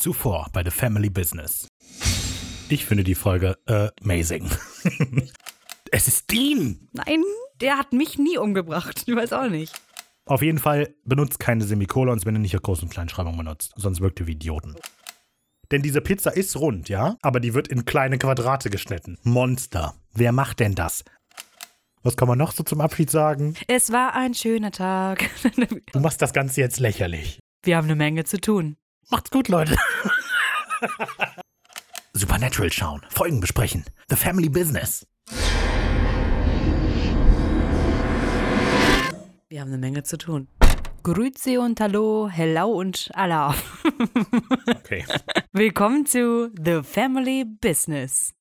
Zuvor bei The Family Business. Ich finde die Folge amazing. Es ist Dean! Nein, der hat mich nie umgebracht. Ich weiß auch nicht. Auf jeden Fall benutzt keine Semikolons, wenn ihr nicht Groß- und Kleinschreibung benutzt. Sonst wirkt ihr wie Idioten. Denn diese Pizza ist rund, ja? Aber die wird in kleine Quadrate geschnitten. Monster. Wer macht denn das? Was kann man noch so zum Abschied sagen? Es war ein schöner Tag. Du machst das Ganze jetzt lächerlich. Wir haben eine Menge zu tun. Macht's gut, Leute. Supernatural schauen, Folgen besprechen. The Family Business. Wir haben eine Menge zu tun. Grüezi und Hallo, Hello und Allah. Okay. Willkommen zu The Family Business.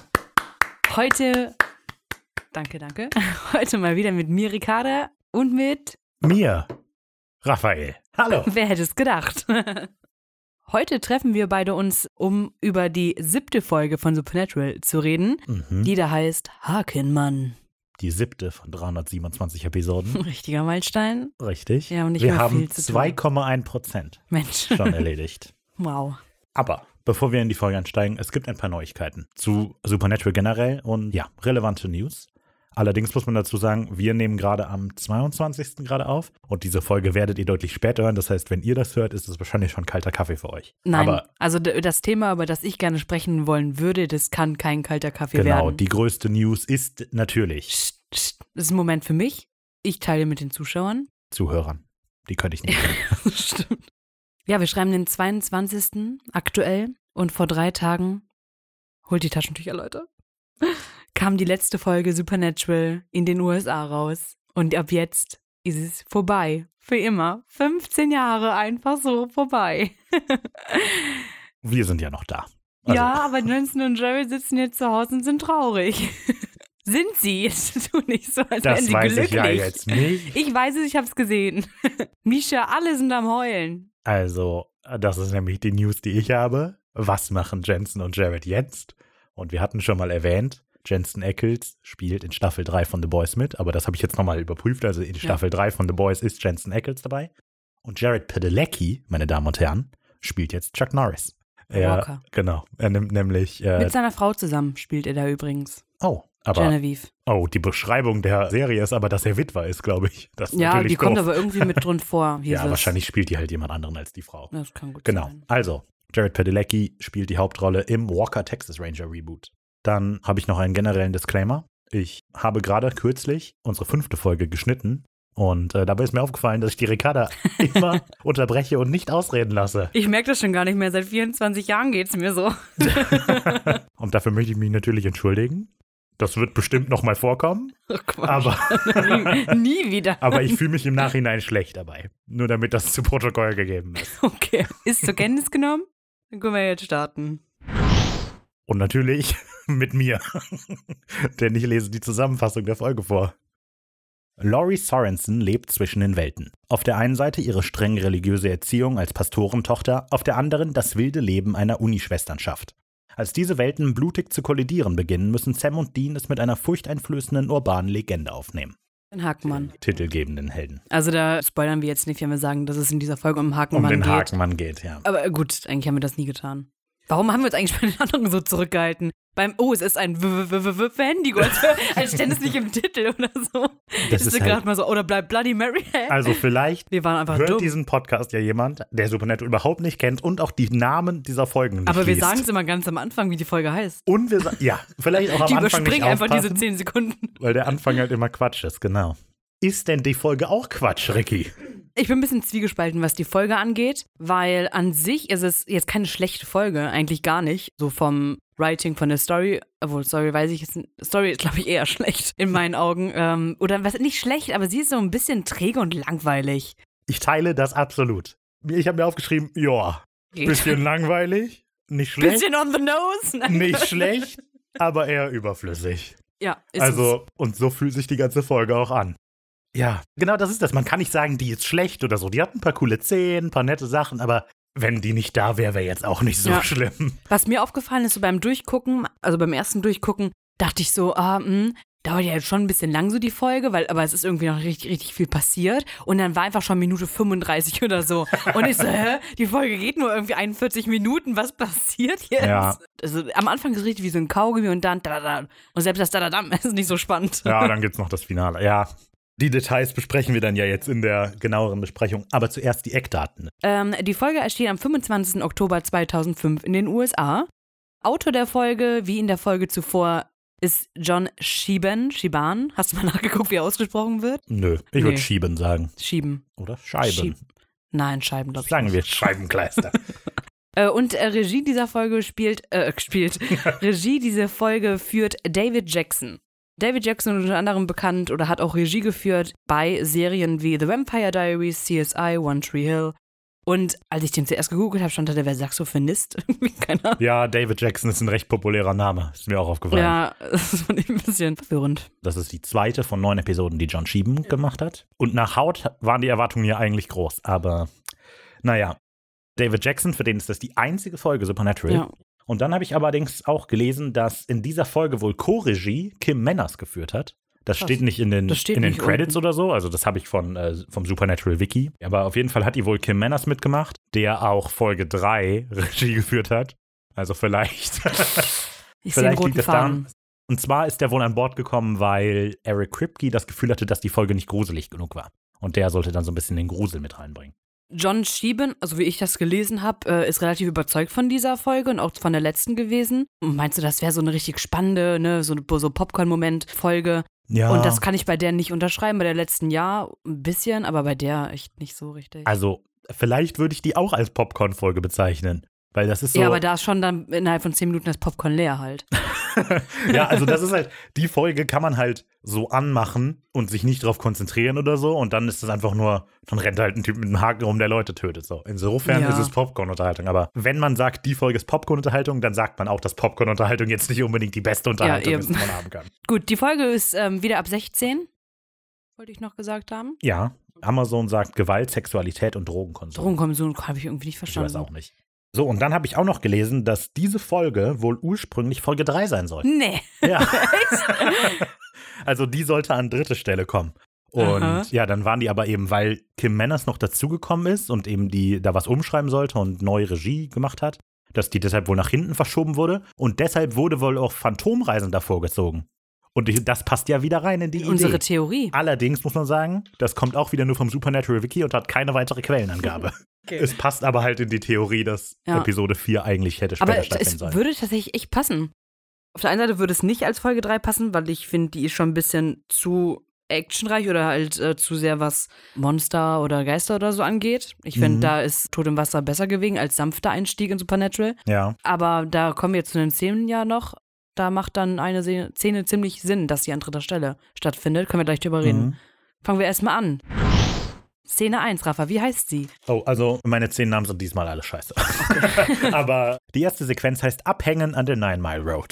Heute, danke. Heute mal wieder mit mir, Ricarda, und mit Mir, Raphael. Hallo. Wer hätte es gedacht? Heute treffen wir beide uns, um über die 7. Folge von Supernatural zu reden, die da heißt Hakenmann. Die 7. von 327 Episoden. Richtiger Meilenstein. Richtig. Ja, und nicht wir mehr haben viel zu tun. 2,1% Mensch. schon erledigt. Wow. Aber bevor wir in die Folge einsteigen, es gibt ein paar Neuigkeiten zu Supernatural generell und ja, relevante News. Allerdings muss man dazu sagen, wir nehmen gerade am 22. gerade auf und diese Folge werdet ihr deutlich später hören. Das heißt, wenn ihr das hört, ist es wahrscheinlich schon kalter Kaffee für euch. Nein, aber also das Thema, über das ich gerne sprechen wollen würde, das kann kein kalter Kaffee genau, werden. die größte News ist natürlich Das ist ein Moment für mich. Ich teile mit den Zuschauern. Zuhörern. Die könnte ich nicht. Stimmt. Ja, wir schreiben den 22. aktuell und vor 3 Tagen, holt die Taschentücher, Leute, kam die letzte Folge Supernatural in den USA raus. Und ab jetzt ist es vorbei. Für immer. 15 Jahre einfach so vorbei. Wir sind ja noch da. Also, Ja, aber Jensen und Jerry sitzen jetzt zu Hause und sind traurig. Sind sie? Jetzt tu nicht so, als wären das sie weiß glücklich. ich ja jetzt nicht. Ich weiß es, ich hab's gesehen. Misha, alle sind am Heulen. Also, das ist nämlich die News, die ich habe. Was machen Jensen und Jared jetzt? Und wir hatten schon mal erwähnt, Jensen Ackles spielt in Staffel 3 von The Boys mit, aber das habe ich jetzt nochmal überprüft. Also in Staffel 3 von The Boys ist Jensen Ackles dabei. Und Jared Padalecki, meine Damen und Herren, spielt jetzt Chuck Norris. Walker. Genau. Er nimmt nämlich. Mit seiner Frau zusammen spielt er da übrigens. Aber. Genevieve. Die Beschreibung der Serie ist aber, dass er Witwer ist, glaube ich. Das ist Ja, natürlich die kommt doof. aber irgendwie mit drin vor. Ja, wahrscheinlich spielt die halt jemand anderen als die Frau. Das kann gut Genau. sein. Also, Jared Padalecki spielt die Hauptrolle im Walker Texas Ranger Reboot. Dann habe ich noch einen generellen Disclaimer. Ich habe gerade kürzlich unsere 5. Folge geschnitten und dabei ist mir aufgefallen, dass ich die Ricarda immer unterbreche und nicht ausreden lasse. Ich merke das schon gar nicht mehr. Seit 24 Jahren geht's mir so. Und dafür möchte ich mich natürlich entschuldigen. Das wird bestimmt noch mal vorkommen. Oh, Quatsch. Aber, Nie wieder. aber ich fühle mich im Nachhinein schlecht dabei. Nur damit das zu Protokoll gegeben ist. Okay. Ist zur Kenntnis genommen? Dann können wir jetzt starten. Und natürlich mit mir. Denn ich lese die Zusammenfassung der Folge vor. Laurie Sorensen lebt zwischen den Welten. Auf der einen Seite ihre streng religiöse Erziehung als Pastorentochter, auf der anderen das wilde Leben einer Unischwesternschaft. Als diese Welten blutig zu kollidieren beginnen, müssen Sam und Dean es mit einer furchteinflößenden urbanen Legende aufnehmen. Ein Hakenmann. Titelgebenden Helden. Also da spoilern wir jetzt nicht, wenn wir sagen, dass es in dieser Folge um Hakenmann Um den geht. Hakenmann geht, ja. Aber gut, eigentlich haben wir das nie getan. Warum haben wir uns eigentlich bei den anderen so zurückgehalten? Es ist ein Wendigo, als stände es nicht im Titel oder so. Das ist gerade halt, mal so, oder bleibt Bloody Mary? also vielleicht Wir waren einfach hört dumm. diesen Podcast ja jemand, der Supernatural überhaupt nicht kennt und auch die Namen dieser Folgen nicht Aber wir liest. sagen es immer ganz am Anfang, wie die Folge heißt. Und wir sagen, ja, vielleicht auch am Die Anfang nicht überspringen einfach aufpassen, diese 10 Sekunden. weil der Anfang halt immer Quatsch ist, genau. Ist denn die Folge auch Quatsch, Ricky? Ich bin ein bisschen zwiegespalten, was die Folge angeht, weil an sich ist es jetzt keine schlechte Folge, eigentlich gar nicht. So vom Writing, von der Story, obwohl Story weiß ich jetzt, Story ist glaube ich eher schlecht in meinen Augen. Oder was, nicht schlecht, aber sie ist so ein bisschen träge und langweilig. Ich teile das absolut. Ich habe mir aufgeschrieben, ja, bisschen langweilig, nicht schlecht, Bisschen on the nose. Nein. nicht schlecht, aber eher überflüssig. Ja, ist Also, und so fühlt sich die ganze Folge auch an. Ja, genau das ist das. Man kann nicht sagen, die ist schlecht oder so. Die hat ein paar coole Szenen, ein paar nette Sachen, aber wenn die nicht da wäre, wäre jetzt auch nicht so schlimm. Was mir aufgefallen ist, so beim Durchgucken, also beim ersten Durchgucken, dachte ich so, dauert ja jetzt schon ein bisschen lang so die Folge, aber es ist irgendwie noch richtig, richtig viel passiert. Und dann war einfach schon Minute 35 oder so. Und ich so, die Folge geht nur irgendwie 41 Minuten, was passiert jetzt? Ja. Also am Anfang ist es richtig wie so ein Kaugummi und dann da. Und selbst das da ist nicht so spannend. Ja, dann gibt's noch das Finale. Ja, die Details besprechen wir dann ja jetzt in der genaueren Besprechung. Aber zuerst die Eckdaten. Die Folge erschien am 25. Oktober 2005 in den USA. Autor der Folge, wie in der Folge zuvor, ist John Shiban. Hast du mal nachgeguckt, wie er ausgesprochen wird? Nö, ich würde Schieben sagen. Schieben. Oder Scheiben. Nein, Scheiben, glaube ich. Sagen wir Scheibenkleister. Und Regie dieser Folge Regie dieser Folge führt David Jackson. David Jackson ist unter anderem bekannt oder hat auch Regie geführt bei Serien wie The Vampire Diaries, CSI, One Tree Hill. Und als ich den zuerst gegoogelt habe, stand da, der wäre Saxophonist. Keine Ahnung. Ja, David Jackson ist ein recht populärer Name. Ist mir auch aufgefallen. Ja, das fand ich ein bisschen verwirrend. Das ist die zweite von 9 Episoden, die John Shiban gemacht hat. Und nach Haut waren die Erwartungen ja eigentlich groß. Aber naja, David Jackson, für den ist das die einzige Folge Supernatural. Ja. Und dann habe ich allerdings auch gelesen, dass in dieser Folge wohl Co-Regie Kim Manners geführt hat. Das steht nicht in den Credits oder so, also das habe ich vom Supernatural Wiki. Aber auf jeden Fall hat die wohl Kim Manners mitgemacht, der auch Folge 3 Regie geführt hat. Also vielleicht Ich sehe den roten Faden. Und zwar ist der wohl an Bord gekommen, weil Eric Kripke das Gefühl hatte, dass die Folge nicht gruselig genug war. Und der sollte dann so ein bisschen den Grusel mit reinbringen. John Shiban, also wie ich das gelesen habe, ist relativ überzeugt von dieser Folge und auch von der letzten gewesen. Meinst du, das wäre so eine richtig spannende, ne, so Popcorn-Moment-Folge? Ja. Und das kann ich bei der nicht unterschreiben, bei der letzten Jahr ein bisschen, aber bei der echt nicht so richtig. Also vielleicht würde ich die auch als Popcorn-Folge bezeichnen. Weil das ist so. Ja, aber da ist schon dann innerhalb von 10 Minuten das Popcorn leer halt. Ja, also das ist halt, die Folge kann man halt so anmachen und sich nicht drauf konzentrieren oder so und dann ist es einfach nur, dann rennt halt ein Typ mit einem Haken rum, der Leute tötet. So. Insofern ist es Popcorn-Unterhaltung. Aber wenn man sagt, die Folge ist Popcorn-Unterhaltung, dann sagt man auch, dass Popcorn-Unterhaltung jetzt nicht unbedingt die beste Unterhaltung ist, die man haben kann. Gut, die Folge ist wieder ab 16, wollte ich noch gesagt haben. Ja, Amazon sagt Gewalt, Sexualität und Drogenkonsum. Drogenkonsum habe ich irgendwie nicht verstanden. Ich weiß auch nicht. So, und dann habe ich auch noch gelesen, dass diese Folge wohl ursprünglich Folge 3 sein soll. Nee. Ja. Also die sollte an 3. Stelle kommen. Und ja, dann waren die aber eben, weil Kim Manners noch dazugekommen ist und eben die da was umschreiben sollte und neue Regie gemacht hat, dass die deshalb wohl nach hinten verschoben wurde. Und deshalb wurde wohl auch Phantomreisen davor gezogen. Und das passt ja wieder rein in die Idee. Unsere Theorie. Allerdings muss man sagen, das kommt auch wieder nur vom Supernatural Wiki und hat keine weitere Quellenangabe. Okay. Es passt aber halt in die Theorie, dass Episode 4 eigentlich hätte später stattfinden sollen. Aber es würde tatsächlich echt passen. Auf der einen Seite würde es nicht als Folge 3 passen, weil ich finde, die ist schon ein bisschen zu actionreich oder halt zu sehr was Monster oder Geister oder so angeht. Ich finde, da ist Tod im Wasser besser gewesen als sanfter Einstieg in Supernatural. Ja. Aber da kommen wir jetzt zu den Szenen ja noch. Da macht dann eine Szene ziemlich Sinn, dass sie an 3. Stelle stattfindet. Können wir gleich drüber reden. Fangen wir erstmal an. Szene 1, Rafa, wie heißt sie? Oh, also meine 10 Namen sind diesmal alle scheiße. Okay. Aber die erste Sequenz heißt Abhängen an der 9 Mile Road.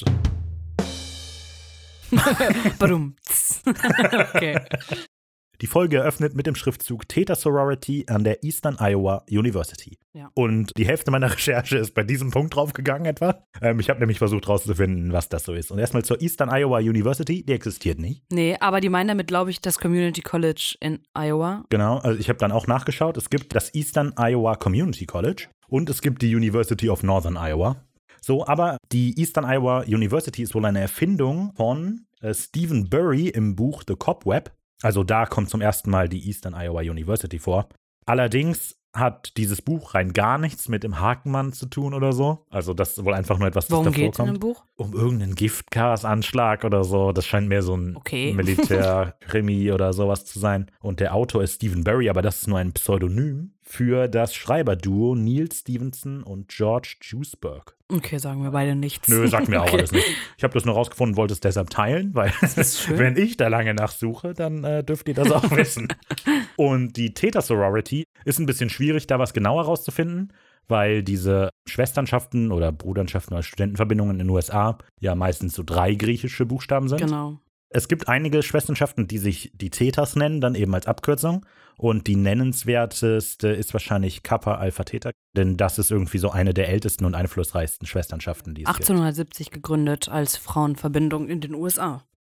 Badum. Okay. Die Folge eröffnet mit dem Schriftzug Theta Sorority an der Eastern Iowa University. Ja. Und die Hälfte meiner Recherche ist bei diesem Punkt draufgegangen etwa. Ich habe nämlich versucht rauszufinden, was das so ist. Und erstmal zur Eastern Iowa University, die existiert nicht. Nee, aber die meinen damit, glaube ich, das Community College in Iowa. Genau, also ich habe dann auch nachgeschaut. Es gibt das Eastern Iowa Community College und es gibt die University of Northern Iowa. So, aber die Eastern Iowa University ist wohl eine Erfindung von Stephen Bury im Buch The Cobweb. Also da kommt zum ersten Mal die Eastern Iowa University vor. Allerdings hat dieses Buch rein gar nichts mit dem Hakenmann zu tun oder so. Also das ist wohl einfach nur etwas, das davor kommt. Worum geht's in dem Buch? Um irgendeinen Giftgasanschlag oder so. Das scheint mehr so ein Militärkrimi oder sowas zu sein. Und der Autor ist Stephen Bury, aber das ist nur ein Pseudonym für das Schreiberduo Neil Stephenson und George Duesberg. Okay, sagen wir beide nichts. Nö, sagt mir auch alles nicht. Ich habe das nur rausgefunden, wollte es deshalb teilen, weil wenn ich da lange nachsuche, dann dürft ihr das auch wissen. Und die Theta Sorority ist ein bisschen schwierig, da was genauer rauszufinden, weil diese Schwesternschaften oder Brudernschaften oder Studentenverbindungen in den USA ja meistens so 3 griechische Buchstaben sind. Genau. Es gibt einige Schwesternschaften, die sich die Thetas nennen, dann eben als Abkürzung. Und die nennenswerteste ist wahrscheinlich Kappa Alpha Theta, denn das ist irgendwie so eine der ältesten und einflussreichsten Schwesternschaften, die es 1870 gibt. Gegründet als Frauenverbindung in den USA.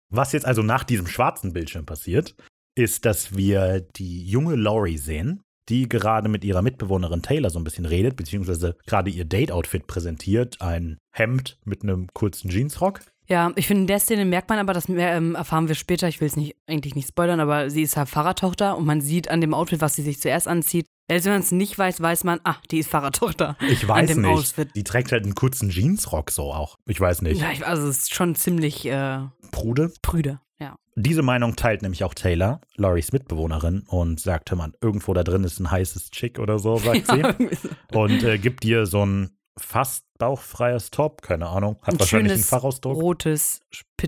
Was jetzt also nach diesem schwarzen Bildschirm passiert, ist, dass wir die junge Laurie sehen, die gerade mit ihrer Mitbewohnerin Taylor so ein bisschen redet, beziehungsweise gerade ihr Date-Outfit präsentiert. Ein Hemd mit einem kurzen Jeansrock. Ja, ich finde, in der Szene merkt man aber, das erfahren wir später, ich will es eigentlich nicht spoilern, aber sie ist halt Fahrertochter und man sieht an dem Outfit, was sie sich zuerst anzieht, selbst wenn man es nicht weiß, weiß man, die ist Fahrertochter. Ich weiß nicht. Outfit. Die trägt halt einen kurzen Jeansrock so auch. Ich weiß nicht. Ja, also es ist schon ziemlich prüde, ja. Diese Meinung teilt nämlich auch Taylor, Lauries Mitbewohnerin, und sagt, hör mal, irgendwo da drin ist ein heißes Chick oder so, sagt sie. Und gibt ihr so ein fast bauchfreies Top, keine Ahnung, hat wahrscheinlich einen Fachausdruck. Rotes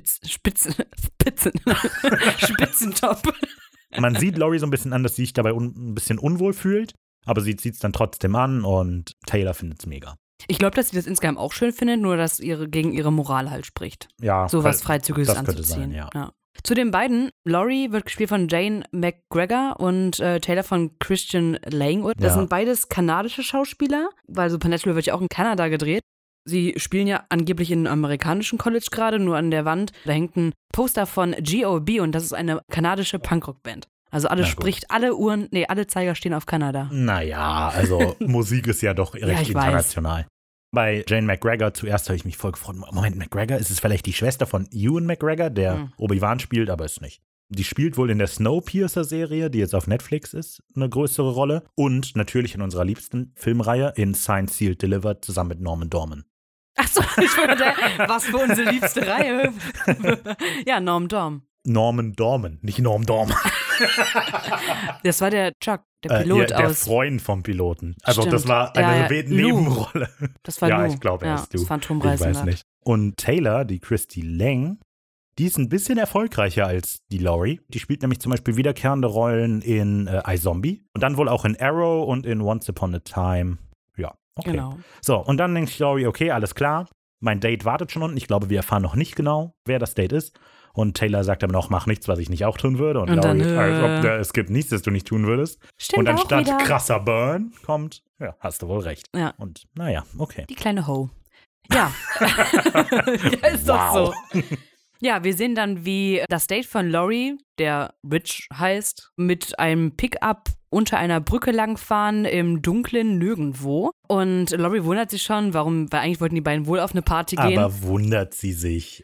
Spitzentop. Man sieht Laurie so ein bisschen an, dass sie sich dabei ein bisschen unwohl fühlt, aber sie zieht es dann trotzdem an und Taylor findet es mega. Ich glaube, dass sie das insgesamt auch schön findet, nur dass gegen ihre Moral halt spricht. Ja. So was Freizügiges anzuziehen. Das könnte sein, ja. Zu den beiden, Laurie wird gespielt von Jane McGregor und Taylor von Christian Langwood. Das sind beides kanadische Schauspieler, weil Supernatural wird ja auch in Kanada gedreht. Sie spielen ja angeblich in einem amerikanischen College gerade, nur an der Wand. Da hängt ein Poster von G.O.B. und das ist eine kanadische Punkrock-Band. Also alle Zeiger stehen auf Kanada. Naja, also Musik ist ja doch recht international. Bei Jane McGregor zuerst habe ich mich voll gefreut. Moment, McGregor, ist es vielleicht die Schwester von Ewan McGregor, der Obi-Wan spielt, aber ist nicht. Die spielt wohl in der Snowpiercer-Serie, die jetzt auf Netflix ist, eine größere Rolle. Und natürlich in unserer liebsten Filmreihe in Signed, Sealed, Delivered zusammen mit Norman Dorman. Achso, ich wollte, was für unsere liebste Reihe. Ja, Norman Dorman, nicht Norm Dorman. Das war der Chuck, der Pilot der Freund vom Piloten. Also Stimmt. Das war eine Nebenrolle. Das war Lou. Ja, ich glaube, er ist Lou. Das Phantomreisender. Ich weiß nicht. Und Taylor, die Christy Lang, die ist ein bisschen erfolgreicher als die Laurie. Die spielt nämlich zum Beispiel wiederkehrende Rollen in iZombie und dann wohl auch in Arrow und in Once Upon a Time. Ja, okay. Genau. So, und dann denkt Laurie, okay, alles klar. Mein Date wartet schon unten. Ich glaube, wir erfahren noch nicht genau, wer das Date ist. Und Taylor sagt aber noch, mach nichts, was ich nicht auch tun würde. Und Laurie, es gibt nichts, das du nicht tun würdest. Stimmt. Und dann auch statt wieder. Krasser Burn kommt, ja, hast du wohl recht. Ja. Und naja, okay. Die kleine Ho. Ja. Ja, ist doch so. Ja, wir sehen dann, wie das Date von Laurie, der Rich heißt, mit einem Pickup unter einer Brücke langfahren im dunklen Nirgendwo. Und Laurie wundert sich schon, weil eigentlich wollten die beiden wohl auf eine Party gehen. Aber wundert sie sich?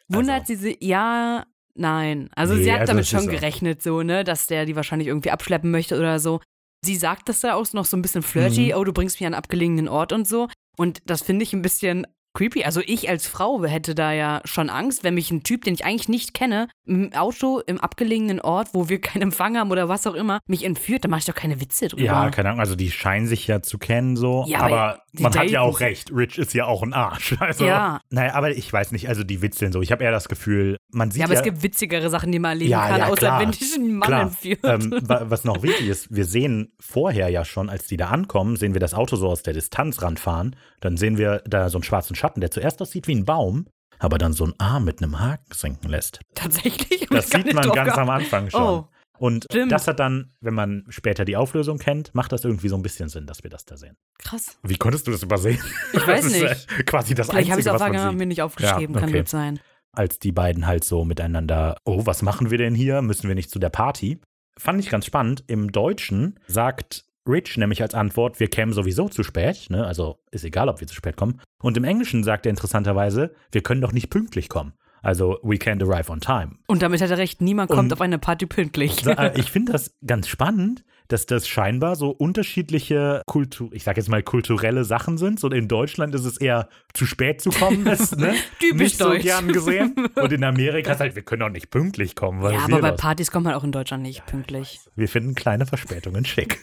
Ja, nein. Also sie hat damit schon gerechnet, so, ne, dass der die wahrscheinlich irgendwie abschleppen möchte oder so. Sie sagt das da auch noch so ein bisschen flirty, du bringst mich an einen abgelegenen Ort und so. Und das finde ich ein bisschen creepy. Also ich als Frau hätte da ja schon Angst, wenn mich ein Typ, den ich eigentlich nicht kenne, im Auto im abgelegenen Ort, wo wir keinen Empfang haben oder was auch immer, mich entführt, da mache ich doch keine Witze drüber. Ja, keine Ahnung, also die scheinen sich ja zu kennen so, ja, aber man hat ja auch recht, Rich ist ja auch ein Arsch. Also, ja. Naja, aber ich weiß nicht, also die witzeln so, ich habe eher das Gefühl, man sieht ja... aber es gibt witzigere Sachen, die man erleben kann, außer wenn dich ein Mann entführt. Was noch wichtig ist, wir sehen vorher ja schon, als die da ankommen, sehen wir das Auto so aus der Distanz ranfahren, dann sehen wir da so einen schwarzen Schatten, der zuerst aussieht wie ein Baum, aber dann so einen Arm mit einem Haken sinken lässt. Tatsächlich? Das sieht man ganz am Anfang schon. Oh, und stimmt. Das hat dann, wenn man später die Auflösung kennt, macht das irgendwie so ein bisschen Sinn, dass wir das da sehen. Krass. Wie konntest du das übersehen? Ich weiß nicht. Das ist quasi das Vielleicht Einzige, was man habe ich es sieht. mir nicht aufgeschrieben, kann gut sein. Als die beiden halt so miteinander, oh, was machen wir denn hier? Müssen wir nicht zu der Party? Fand ich ganz spannend. Im Deutschen sagt Rich nämlich als Antwort, wir kämen sowieso zu spät, ne? Also ist egal, ob wir zu spät kommen. Und im Englischen sagt er interessanterweise, wir können doch nicht pünktlich kommen. Also, we can't arrive on time. Und damit hat er recht, niemand kommt auf eine Party pünktlich. Ich finde das ganz spannend, dass das scheinbar so unterschiedliche kulturelle Sachen sind. So in Deutschland ist es eher zu spät zu kommen, ist ne? Typisch nicht so deutsch. gern gesehen. Und in Amerika ist halt, wir können doch nicht pünktlich kommen. Ja, aber bei Partys kommt man auch in Deutschland nicht pünktlich. Wir finden kleine Verspätungen schick.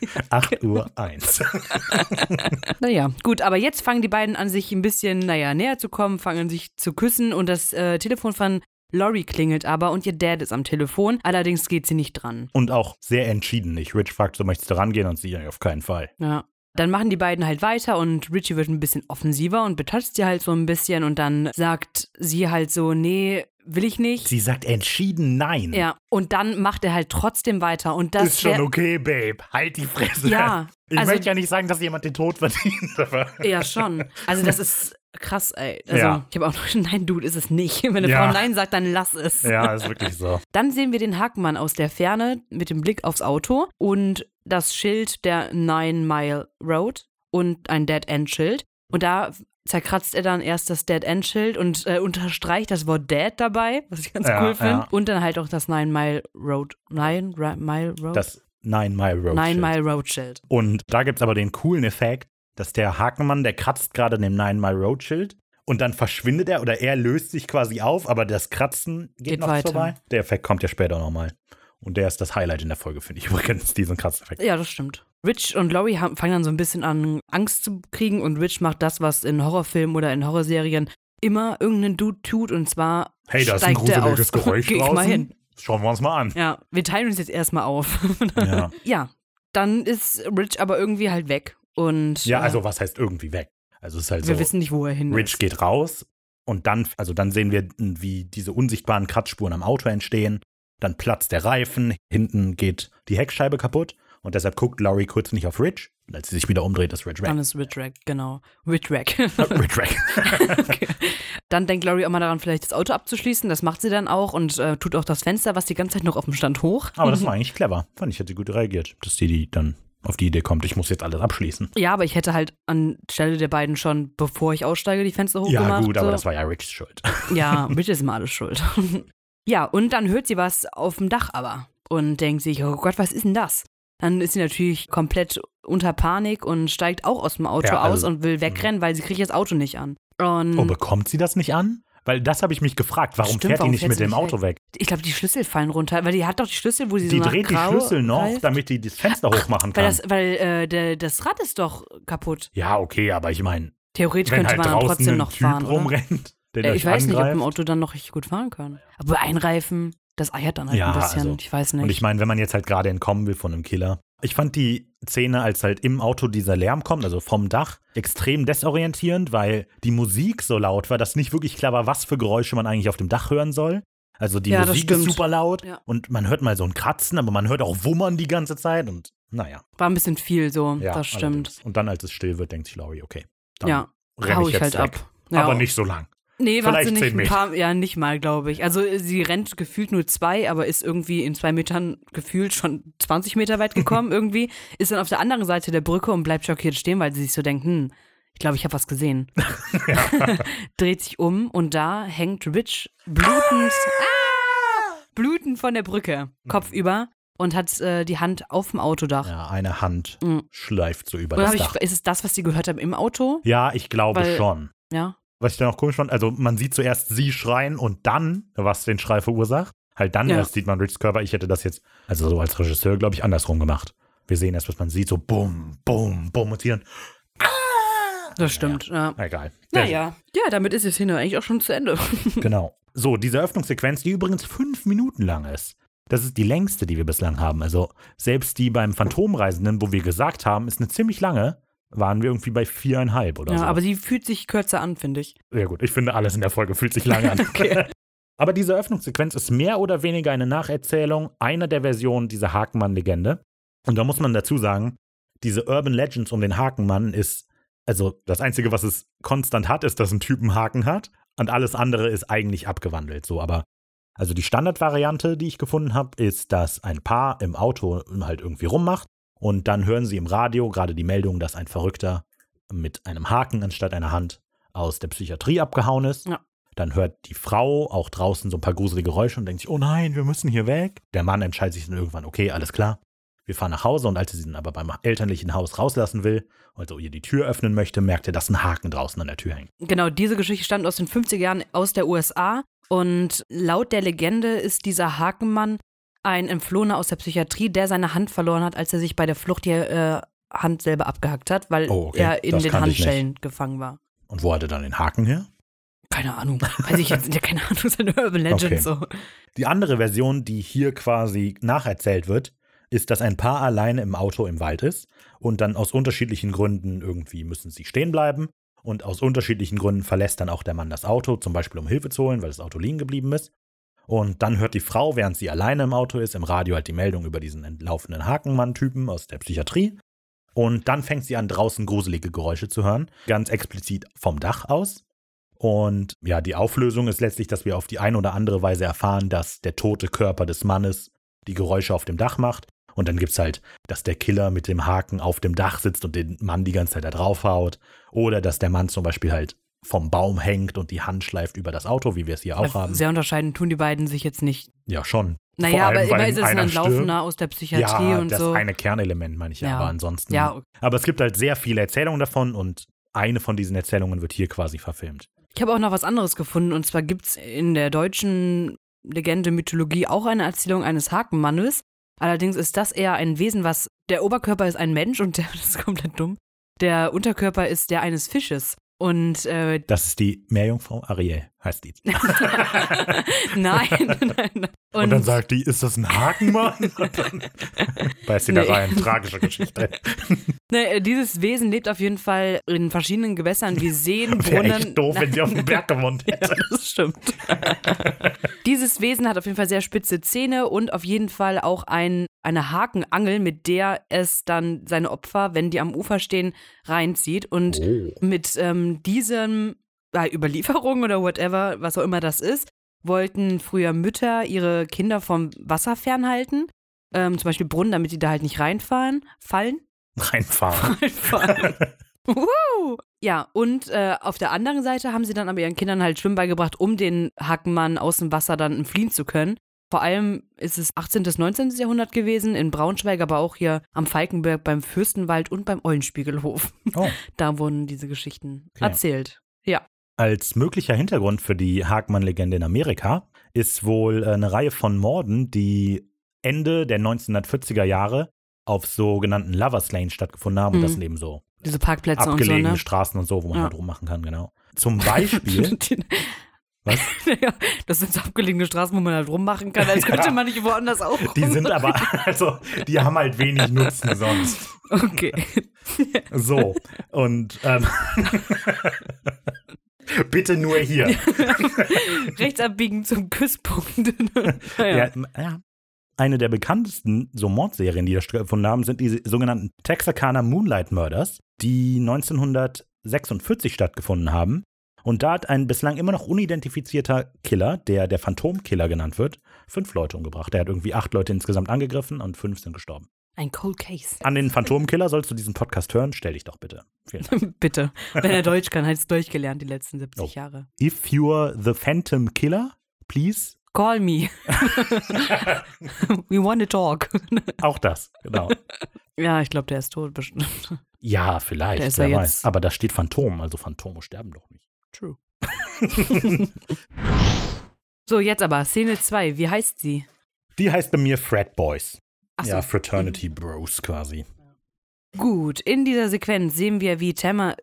8:01 Uhr. Naja, gut, aber jetzt fangen die beiden an, sich ein bisschen, näher zu kommen, fangen an, sich zu küssen und das Telefon von Laurie klingelt aber und ihr Dad ist am Telefon, allerdings geht sie nicht dran. Und auch sehr entschieden nicht. Rich fragt so, möchtest du rangehen? Und sie, auf keinen Fall. Ja. Dann machen die beiden halt weiter und Richie wird ein bisschen offensiver und betatscht sie halt so ein bisschen und dann sagt sie halt so, nee, will ich nicht. Sie sagt entschieden nein. Ja, und dann macht er halt trotzdem weiter. Und das ist schon okay, Babe. Halt die Fresse. Ja. Ich möchte ja nicht sagen, dass jemand den Tod verdient. Aber ja, schon. Also das ist krass, ey. Also Ja. ich habe auch noch, nein, Dude, ist es nicht. Wenn eine Ja. Frau nein sagt, dann lass es. ja, ist wirklich so. Dann sehen wir den Hakenmann aus der Ferne mit dem Blick aufs Auto und das Schild der 9 Mile Road und ein Dead-End-Schild. Und da zerkratzt er dann erst das Dead-End-Schild und unterstreicht das Wort Dead dabei, was ich ganz cool finde. Ja. Und dann halt auch das 9 Mile Road. 9 Mile Road? Das 9 Mile Road. 9 Mile Road Schild. Und da gibt es aber den coolen Effekt, dass der Hakenmann, der kratzt gerade an dem 9 Mile Road Schild und dann verschwindet er oder er löst sich quasi auf, aber das Kratzen geht noch weiter. vorbei. Der Effekt kommt ja später nochmal. Und der ist das Highlight in der Folge, finde ich übrigens, diesen Kratzeffekt. Ja, das stimmt. Rich und Laurie fangen dann so ein bisschen an, Angst zu kriegen und Rich macht das, was in Horrorfilmen oder in Horrorserien immer irgendein Dude tut und zwar Hey, da ist ein steigt der gruseliges aus. Geräusch Geh ich draußen. mal hin. Schauen wir uns mal an. Ja, wir teilen uns jetzt erstmal auf. Ja. Ja, dann ist Rich aber irgendwie halt weg und Ja, also was heißt irgendwie weg? Also es ist halt wir so, wissen nicht, wo er hin Rich ist. geht raus und dann sehen wir, wie diese unsichtbaren Kratzspuren am Auto entstehen. Dann platzt der Reifen, hinten geht die Heckscheibe kaputt und deshalb guckt Laurie kurz nicht auf Rich. Und als sie sich wieder umdreht, ist Rich weg. Dann ist Rich weg, genau. Rich weg. Rich weg. Okay. Dann denkt Laurie auch mal daran, vielleicht das Auto abzuschließen. Das macht sie dann auch und tut auch das Fenster, was die ganze Zeit noch auf dem Stand hoch. Aber das war eigentlich clever. Fand ich, hat sie gut reagiert, dass die dann auf die Idee kommt, ich muss jetzt alles abschließen. Ja, aber ich hätte halt anstelle der beiden schon, bevor ich aussteige, die Fenster hochgemacht. Ja gut, aber so. das war ja Richs Schuld. Ja, Rich ist immer alles schuld. Ja, und dann hört sie was auf dem Dach aber und denkt sich, oh Gott, was ist denn das? Dann ist sie natürlich komplett unter Panik und steigt auch aus dem Auto Ja, also- aus und will wegrennen, weil sie kriegt das Auto nicht an. Und Oh, bekommt sie das nicht an? Weil das habe ich mich gefragt. Warum Stimmt, fährt die warum nicht fährt mit sie dem nicht Auto weg? ich glaube, die Schlüssel fallen runter, weil die hat doch die Schlüssel, wo sie Die so nach dreht die Grau Schlüssel noch, greift. damit die das Fenster hochmachen kann. Weil das Rad ist doch kaputt. Ja, okay, aber ich meine, Theoretisch wenn könnte halt man dann draußen trotzdem ein noch Typ fahren, oder? rumrennt, der Ich euch weiß nicht, ob angreift. ein Auto dann noch richtig gut fahren kann. Aber ein Reifen, das eiert dann halt Ja, ein bisschen. also, Ich weiß nicht. Und ich meine, wenn man jetzt halt gerade entkommen will von einem Killer. Ich fand die Szene, als halt im Auto dieser Lärm kommt, also vom Dach, extrem desorientierend, weil die Musik so laut war, dass nicht wirklich klar war, was für Geräusche man eigentlich auf dem Dach hören soll. Also die Ja, das Musik ist stimmt. super laut Ja. und man hört mal so ein Kratzen, aber man hört auch Wummern die ganze Zeit und naja. War ein bisschen viel so, Ja, das stimmt. allerdings. Und dann, als es still wird, denkt sich Laurie, okay, dann Ja, renn hau ich ich jetzt halt weg. ab. Ja. Aber nicht so lang. Nee, warte vielleicht nicht, 10 Meter. ja, nicht mal, glaube ich. Also sie rennt gefühlt nur 2, aber ist irgendwie in 2 Metern gefühlt schon 20 Meter weit gekommen irgendwie. Ist dann auf der anderen Seite der Brücke und bleibt schockiert stehen, weil sie sich so denkt, ich glaube, ich habe was gesehen. Dreht sich um und da hängt Rich blutend von der Brücke, kopfüber und hat die Hand auf dem Autodach. Ja, eine Hand Mhm. schleift so über Und das dann Dach. ist es das, was sie gehört haben im Auto? Ja, ich glaube Weil- schon. Ja. Was ich dann auch komisch fand, also man sieht zuerst sie schreien und dann, was den Schrei verursacht, halt dann Ja. erst sieht man Richs Körper. Ich hätte das jetzt, also so als Regisseur, glaube ich, andersrum gemacht. Wir sehen erst, was man sieht, so bumm, bumm, bumm und sie dann, Das stimmt, ja. egal. Naja, ja, damit ist die Szene eigentlich auch schon zu Ende. Genau. So, diese Öffnungssequenz, die übrigens 5 Minuten lang ist. Das ist die längste, die wir bislang haben. Also selbst die beim Phantomreisenden, wo wir gesagt haben, ist eine ziemlich lange, waren wir irgendwie bei 4,5 oder Ja, so. aber sie fühlt sich kürzer an, finde ich. Ja gut, ich finde, alles in der Folge fühlt sich lange an. Okay. Aber diese Öffnungssequenz ist mehr oder weniger eine Nacherzählung einer der Versionen dieser Hakenmann-Legende. Und da muss man dazu sagen, diese Urban Legends um den Hakenmann ist, also das Einzige, was es konstant hat, ist, dass ein Typ einen Haken hat und alles andere ist eigentlich abgewandelt. So, aber also die Standardvariante, die ich gefunden habe, ist, dass ein Paar im Auto halt irgendwie rummacht und dann hören sie im Radio gerade die Meldung, dass ein Verrückter mit einem Haken anstatt einer Hand aus der Psychiatrie abgehauen ist. Ja. Dann hört die Frau auch draußen so ein paar gruselige Geräusche und denkt sich, oh nein, wir müssen hier weg. Der Mann entscheidet sich dann irgendwann, okay, alles klar. Wir fahren nach Hause und als er sie dann aber beim elterlichen Haus rauslassen will, also ihr die Tür öffnen möchte, merkt er, dass ein Haken draußen an der Tür hängt. Genau, diese Geschichte stammt aus den 50er Jahren aus der USA und laut der Legende ist dieser Hakenmann ein Entflohener aus der Psychiatrie, der seine Hand verloren hat, als er sich bei der Flucht die Hand selber abgehackt hat, weil Oh, okay. er in Das den kannte ich Handschellen gefangen war. Und wo hat er dann den Haken her? Keine Ahnung. Weiß ich jetzt, ja, keine Ahnung, ist eine Urban Legend Okay. so. Die andere Version, die hier quasi nacherzählt wird, ist, dass ein Paar alleine im Auto im Wald ist und dann aus unterschiedlichen Gründen irgendwie müssen sie stehen bleiben und aus unterschiedlichen Gründen verlässt dann auch der Mann das Auto, zum Beispiel um Hilfe zu holen, weil das Auto liegen geblieben ist. Und dann hört die Frau, während sie alleine im Auto ist, im Radio halt die Meldung über diesen entlaufenden Hakenmann-Typen aus der Psychiatrie. Und dann fängt sie an, draußen gruselige Geräusche zu hören, ganz explizit vom Dach aus. Und ja, die Auflösung ist letztlich, dass wir auf die eine oder andere Weise erfahren, dass der tote Körper des Mannes die Geräusche auf dem Dach macht. Und dann gibt's halt, dass der Killer mit dem Haken auf dem Dach sitzt und den Mann die ganze Zeit da draufhaut. Oder dass der Mann zum Beispiel halt vom Baum hängt und die Hand schleift über das Auto, wie wir es hier auch haben. Sehr unterscheidend tun die beiden sich jetzt nicht. Ja, schon. Naja, aber immer ist es einer ein Laufender aus der Psychiatrie ja, und das so. eine Kernelement, meine ich ja, aber ansonsten. Ja, okay. Aber es gibt halt sehr viele Erzählungen davon und eine von diesen Erzählungen wird hier quasi verfilmt. Ich habe auch noch was anderes gefunden und zwar gibt es in der deutschen Legende, Mythologie auch eine Erzählung eines Hakenmannes. Allerdings ist das eher ein Wesen, was, der Oberkörper ist ein Mensch und das ist komplett dumm. Der Unterkörper ist der eines Fisches. Und das ist die Meerjungfrau Ariel, heißt die. Nein. Und dann sagt die, ist das ein Hakenmann? Und dann beißt sie da rein. Tragische Geschichte. Dieses Wesen lebt auf jeden Fall in verschiedenen Gewässern wie Seen, Brunnen. Wäre echt doof, wenn sie auf dem Berg gewohnt hätte. Ja, das stimmt. Dieses Wesen hat auf jeden Fall sehr spitze Zähne und auf jeden Fall auch eine Hakenangel, mit der es dann seine Opfer, wenn die am Ufer stehen, reinzieht. Und mit diesem Überlieferung oder whatever, was auch immer das ist, wollten früher Mütter ihre Kinder vom Wasser fernhalten. Zum Beispiel Brunnen, damit die da halt nicht reinfahren. Reinfahren. Ja, und auf der anderen Seite haben sie dann aber ihren Kindern halt Schwimmen beigebracht, um den Hakenmann aus dem Wasser dann entfliehen zu können. Vor allem ist es 18. bis 19. Jahrhundert gewesen, in Braunschweig, aber auch hier am Falkenberg, beim Fürstenwald und beim Eulenspiegelhof. Oh. Da wurden diese Geschichten erzählt. Ja. Als möglicher Hintergrund für die Hakenmann-Legende in Amerika ist wohl eine Reihe von Morden, die Ende der 1940er Jahre auf sogenannten Lovers Lane stattgefunden haben. Und das sind eben so diese Parkplätze abgelegene und so, ne? Straßen und so, wo man halt rummachen kann, genau. Zum Beispiel. Was? Ja, das sind so abgelegene Straßen, wo man halt rummachen kann, als könnte man nicht woanders auch rummachen. Die sind aber, also, die haben halt wenig Nutzen sonst. Okay. So, und bitte nur hier. Rechts abbiegen zum Küsspunkt. Ja. Eine der bekanntesten so Mordserien, die da stattgefunden haben, sind die sogenannten Texarkana Moonlight Murders, die 1946 stattgefunden haben. Und da hat ein bislang immer noch unidentifizierter Killer, der Phantomkiller genannt wird, 5 Leute umgebracht. Der hat irgendwie 8 Leute insgesamt angegriffen und 5 sind gestorben. Ein Cold Case. An den Phantomkiller sollst du diesen Podcast hören, stell dich doch bitte. Vielen Dank. Bitte. Wenn er Deutsch kann, hat es durchgelernt die letzten 70 Jahre. If you're the Phantom Killer, please call me. We want to talk. Auch das, genau. Ja, ich glaube, der ist tot bestimmt. Ja, vielleicht, der ist wer ja weiß. jetzt Aber da steht Phantom, also Phantome sterben doch nicht. True. So, jetzt aber, Szene 2, wie heißt sie? Die heißt bei mir Frat Boys. Ach so. Ja, Fraternity Bros quasi. Gut, in dieser Sequenz sehen wir, wie Nochmal.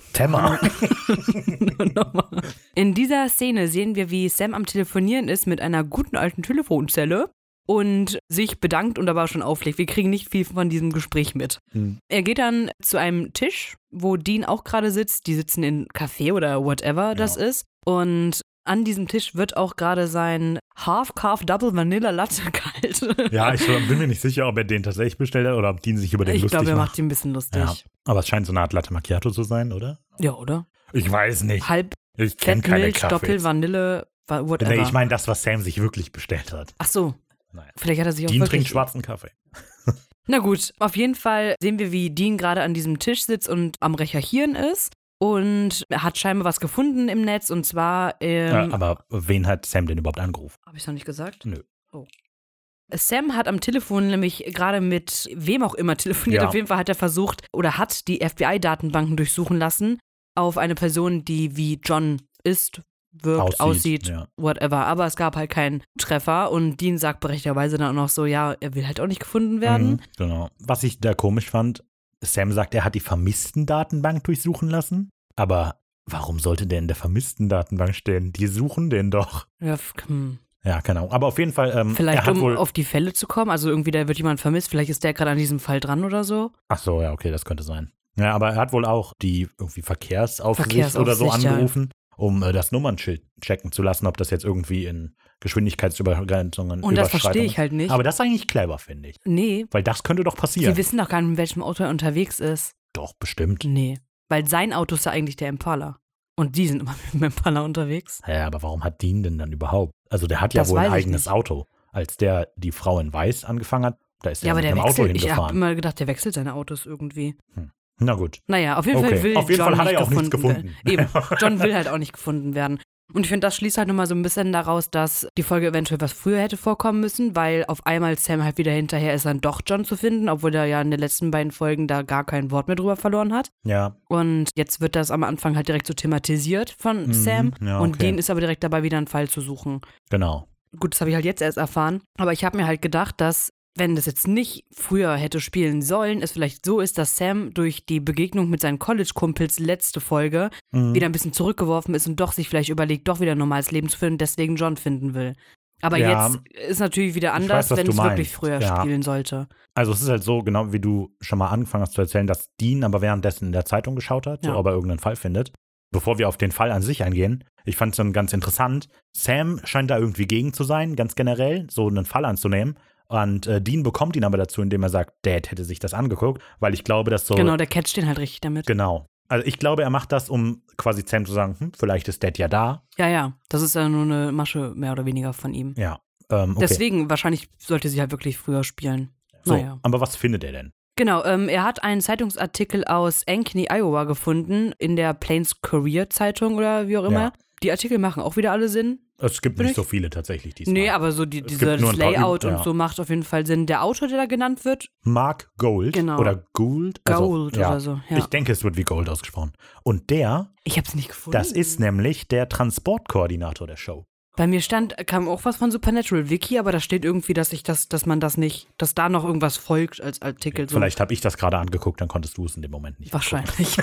In dieser Szene sehen wir, wie Sam am Telefonieren ist mit einer guten alten Telefonzelle und sich bedankt und aber schon auflegt. Wir kriegen nicht viel von diesem Gespräch mit. Er geht dann zu einem Tisch, wo Dean auch gerade sitzt. Die sitzen in Café oder whatever das ist. Und an diesem Tisch wird auch gerade sein Half-Carve Double Vanilla Latte kalt. Ja, ich bin mir nicht sicher, ob er den tatsächlich bestellt hat oder ob Dean sich über den lustig macht. Ich glaube, er macht ihn ein bisschen lustig. Ja. Aber es scheint so eine Art Latte Macchiato zu sein, oder? Ja, oder? Ich weiß nicht. Halb Ich kenne keine Fettmilch, Kaffees. Doppel Vanille, whatever. Nee, ich meine das, was Sam sich wirklich bestellt hat. Ach so. Nein. Vielleicht hat er sich auch Dean wirklich... trinkt schwarzen Kaffee. Na gut, auf jeden Fall sehen wir, wie Dean gerade an diesem Tisch sitzt und am Recherchieren ist. Und er hat scheinbar was gefunden im Netz und zwar. Aber wen hat Sam denn überhaupt angerufen? Habe ich es noch nicht gesagt? Nö. Oh. Sam hat am Telefon nämlich gerade mit wem auch immer telefoniert. Ja. Auf jeden Fall hat er versucht oder hat die FBI-Datenbanken durchsuchen lassen auf eine Person, die wie John ist, wirkt, aussieht, ja. whatever. Aber es gab halt keinen Treffer und Dean sagt berechtigterweise dann auch noch so, ja, er will halt auch nicht gefunden werden. Genau. Was ich da komisch fand, Sam sagt, er hat die Vermissten-Datenbank durchsuchen lassen. Aber warum sollte der in der Vermissten-Datenbank stehen? Die suchen den doch. Ja, keine Ahnung. Aber auf jeden Fall, vielleicht er hat um wohl auf die Fälle zu kommen. Also irgendwie, da wird jemand vermisst. Vielleicht ist der gerade an diesem Fall dran oder so. Ach so, ja, okay, das könnte sein. Ja, aber er hat wohl auch die irgendwie Verkehrsaufsicht oder so ja. angerufen. um das Nummernschild checken zu lassen, ob das jetzt irgendwie in Geschwindigkeitsübergrenzungen Und das verstehe ich halt nicht. Aber das ist eigentlich clever, finde ich. Nee. Weil das könnte doch passieren. Sie wissen doch gar nicht, in welchem Auto er unterwegs ist. Doch, bestimmt. Nee. Weil sein Auto ist ja eigentlich der Impala. Und die sind immer mit dem Impala unterwegs. Ja, aber warum hat Dean denn dann überhaupt? Also der hat ja Das wohl ein weiß ich eigenes nicht. Auto. Als der die Frau in Weiß angefangen hat, da ist er Ja, aber mit der dem Auto wechselt. Ich habe hingefahren. immer gedacht, der wechselt seine Autos irgendwie. Na gut. Naja, auf jeden Okay. Fall will Auf jeden John Fall hat er nicht ja auch nichts gefunden werden. Eben, John will halt auch nicht gefunden werden. Und ich finde, das schließt halt nochmal so ein bisschen daraus, dass die Folge eventuell was früher hätte vorkommen müssen, weil auf einmal Sam halt wieder hinterher ist, dann doch John zu finden, obwohl er ja in den letzten beiden Folgen da gar kein Wort mehr drüber verloren hat. Ja. Und jetzt wird das am Anfang halt direkt so thematisiert von Sam. Ja, Und okay. Dean ist aber direkt dabei, wieder einen Fall zu suchen. Genau. Gut, das habe ich halt jetzt erst erfahren. Aber ich habe mir halt gedacht, dass, wenn das jetzt nicht früher hätte spielen sollen, es vielleicht so ist, dass Sam durch die Begegnung mit seinen College-Kumpels letzte Folge wieder ein bisschen zurückgeworfen ist und doch sich vielleicht überlegt, doch wieder ein normales Leben zu führen und deswegen John finden will. Aber Ja, jetzt ist natürlich wieder ich anders, weiß, was wenn du es wirklich meinst. früher Ja. spielen sollte. Also es ist halt so, genau wie du schon mal angefangen hast zu erzählen, dass Dean aber währenddessen in der Zeitung geschaut hat, so Ja. ob er irgendeinen Fall findet. Bevor wir auf den Fall an sich eingehen, ich fand es dann ganz interessant, Sam scheint da irgendwie gegen zu sein, ganz generell, so einen Fall anzunehmen. Und Dean bekommt ihn aber dazu, indem er sagt, Dad hätte sich das angeguckt, weil ich glaube, dass so... Genau, der catcht den halt richtig damit. Genau. Also ich glaube, er macht das, um quasi Sam zu sagen, vielleicht ist Dad ja da. Ja, das ist ja nur eine Masche mehr oder weniger von ihm. Ja, okay. Deswegen, wahrscheinlich sollte sie halt wirklich früher spielen. So, Naja. aber was findet er denn? Genau, er hat einen Zeitungsartikel aus Ankeny, Iowa gefunden, in der Plains Courier Zeitung oder wie auch immer. Ja. Die Artikel machen auch wieder alle Sinn. Es gibt Bin nicht ich- so viele tatsächlich diesmal. Nee, aber so Es dieses gibt nur ein paar Layout und ja. so macht auf jeden Fall Sinn. Der Autor, der da genannt wird, Mark Gold Genau. oder Gould. Gold ja. oder so. Ja. Ich denke, es wird wie Gold ausgesprochen. Und der, Ich hab's nicht gefunden. das ist nämlich der Transportkoordinator der Show. Bei mir kam auch was von Supernatural Wiki, aber da steht irgendwie, dass man das nicht, dass da noch irgendwas folgt als Artikel. So. Vielleicht habe ich das gerade angeguckt, dann konntest du es in dem Moment nicht. Wahrscheinlich.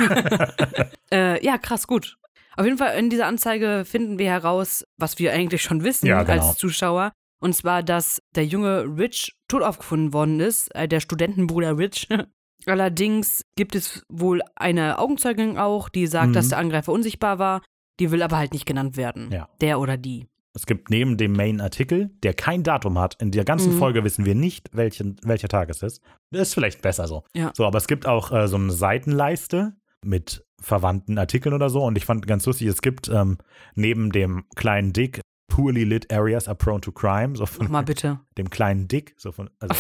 Ja, krass, gut. Auf jeden Fall in dieser Anzeige finden wir heraus, was wir eigentlich schon wissen Ja, genau. als Zuschauer. Und zwar, dass der junge Rich tot aufgefunden worden ist, der Studentenbruder Rich. Allerdings gibt es wohl eine Augenzeugin auch, die sagt, dass der Angreifer unsichtbar war. Die will aber halt nicht genannt werden. Ja. Der oder die. Es gibt neben dem Main-Artikel, der kein Datum hat, in der ganzen Folge wissen wir nicht, welcher Tag es ist. Das ist vielleicht besser so. Ja. So, aber es gibt auch so eine Seitenleiste mit verwandten Artikeln oder so. Und ich fand ganz lustig, es gibt neben dem kleinen Dick Poorly lit areas are prone to crime. So von Mach mal bitte. dem kleinen Dick. So von, also,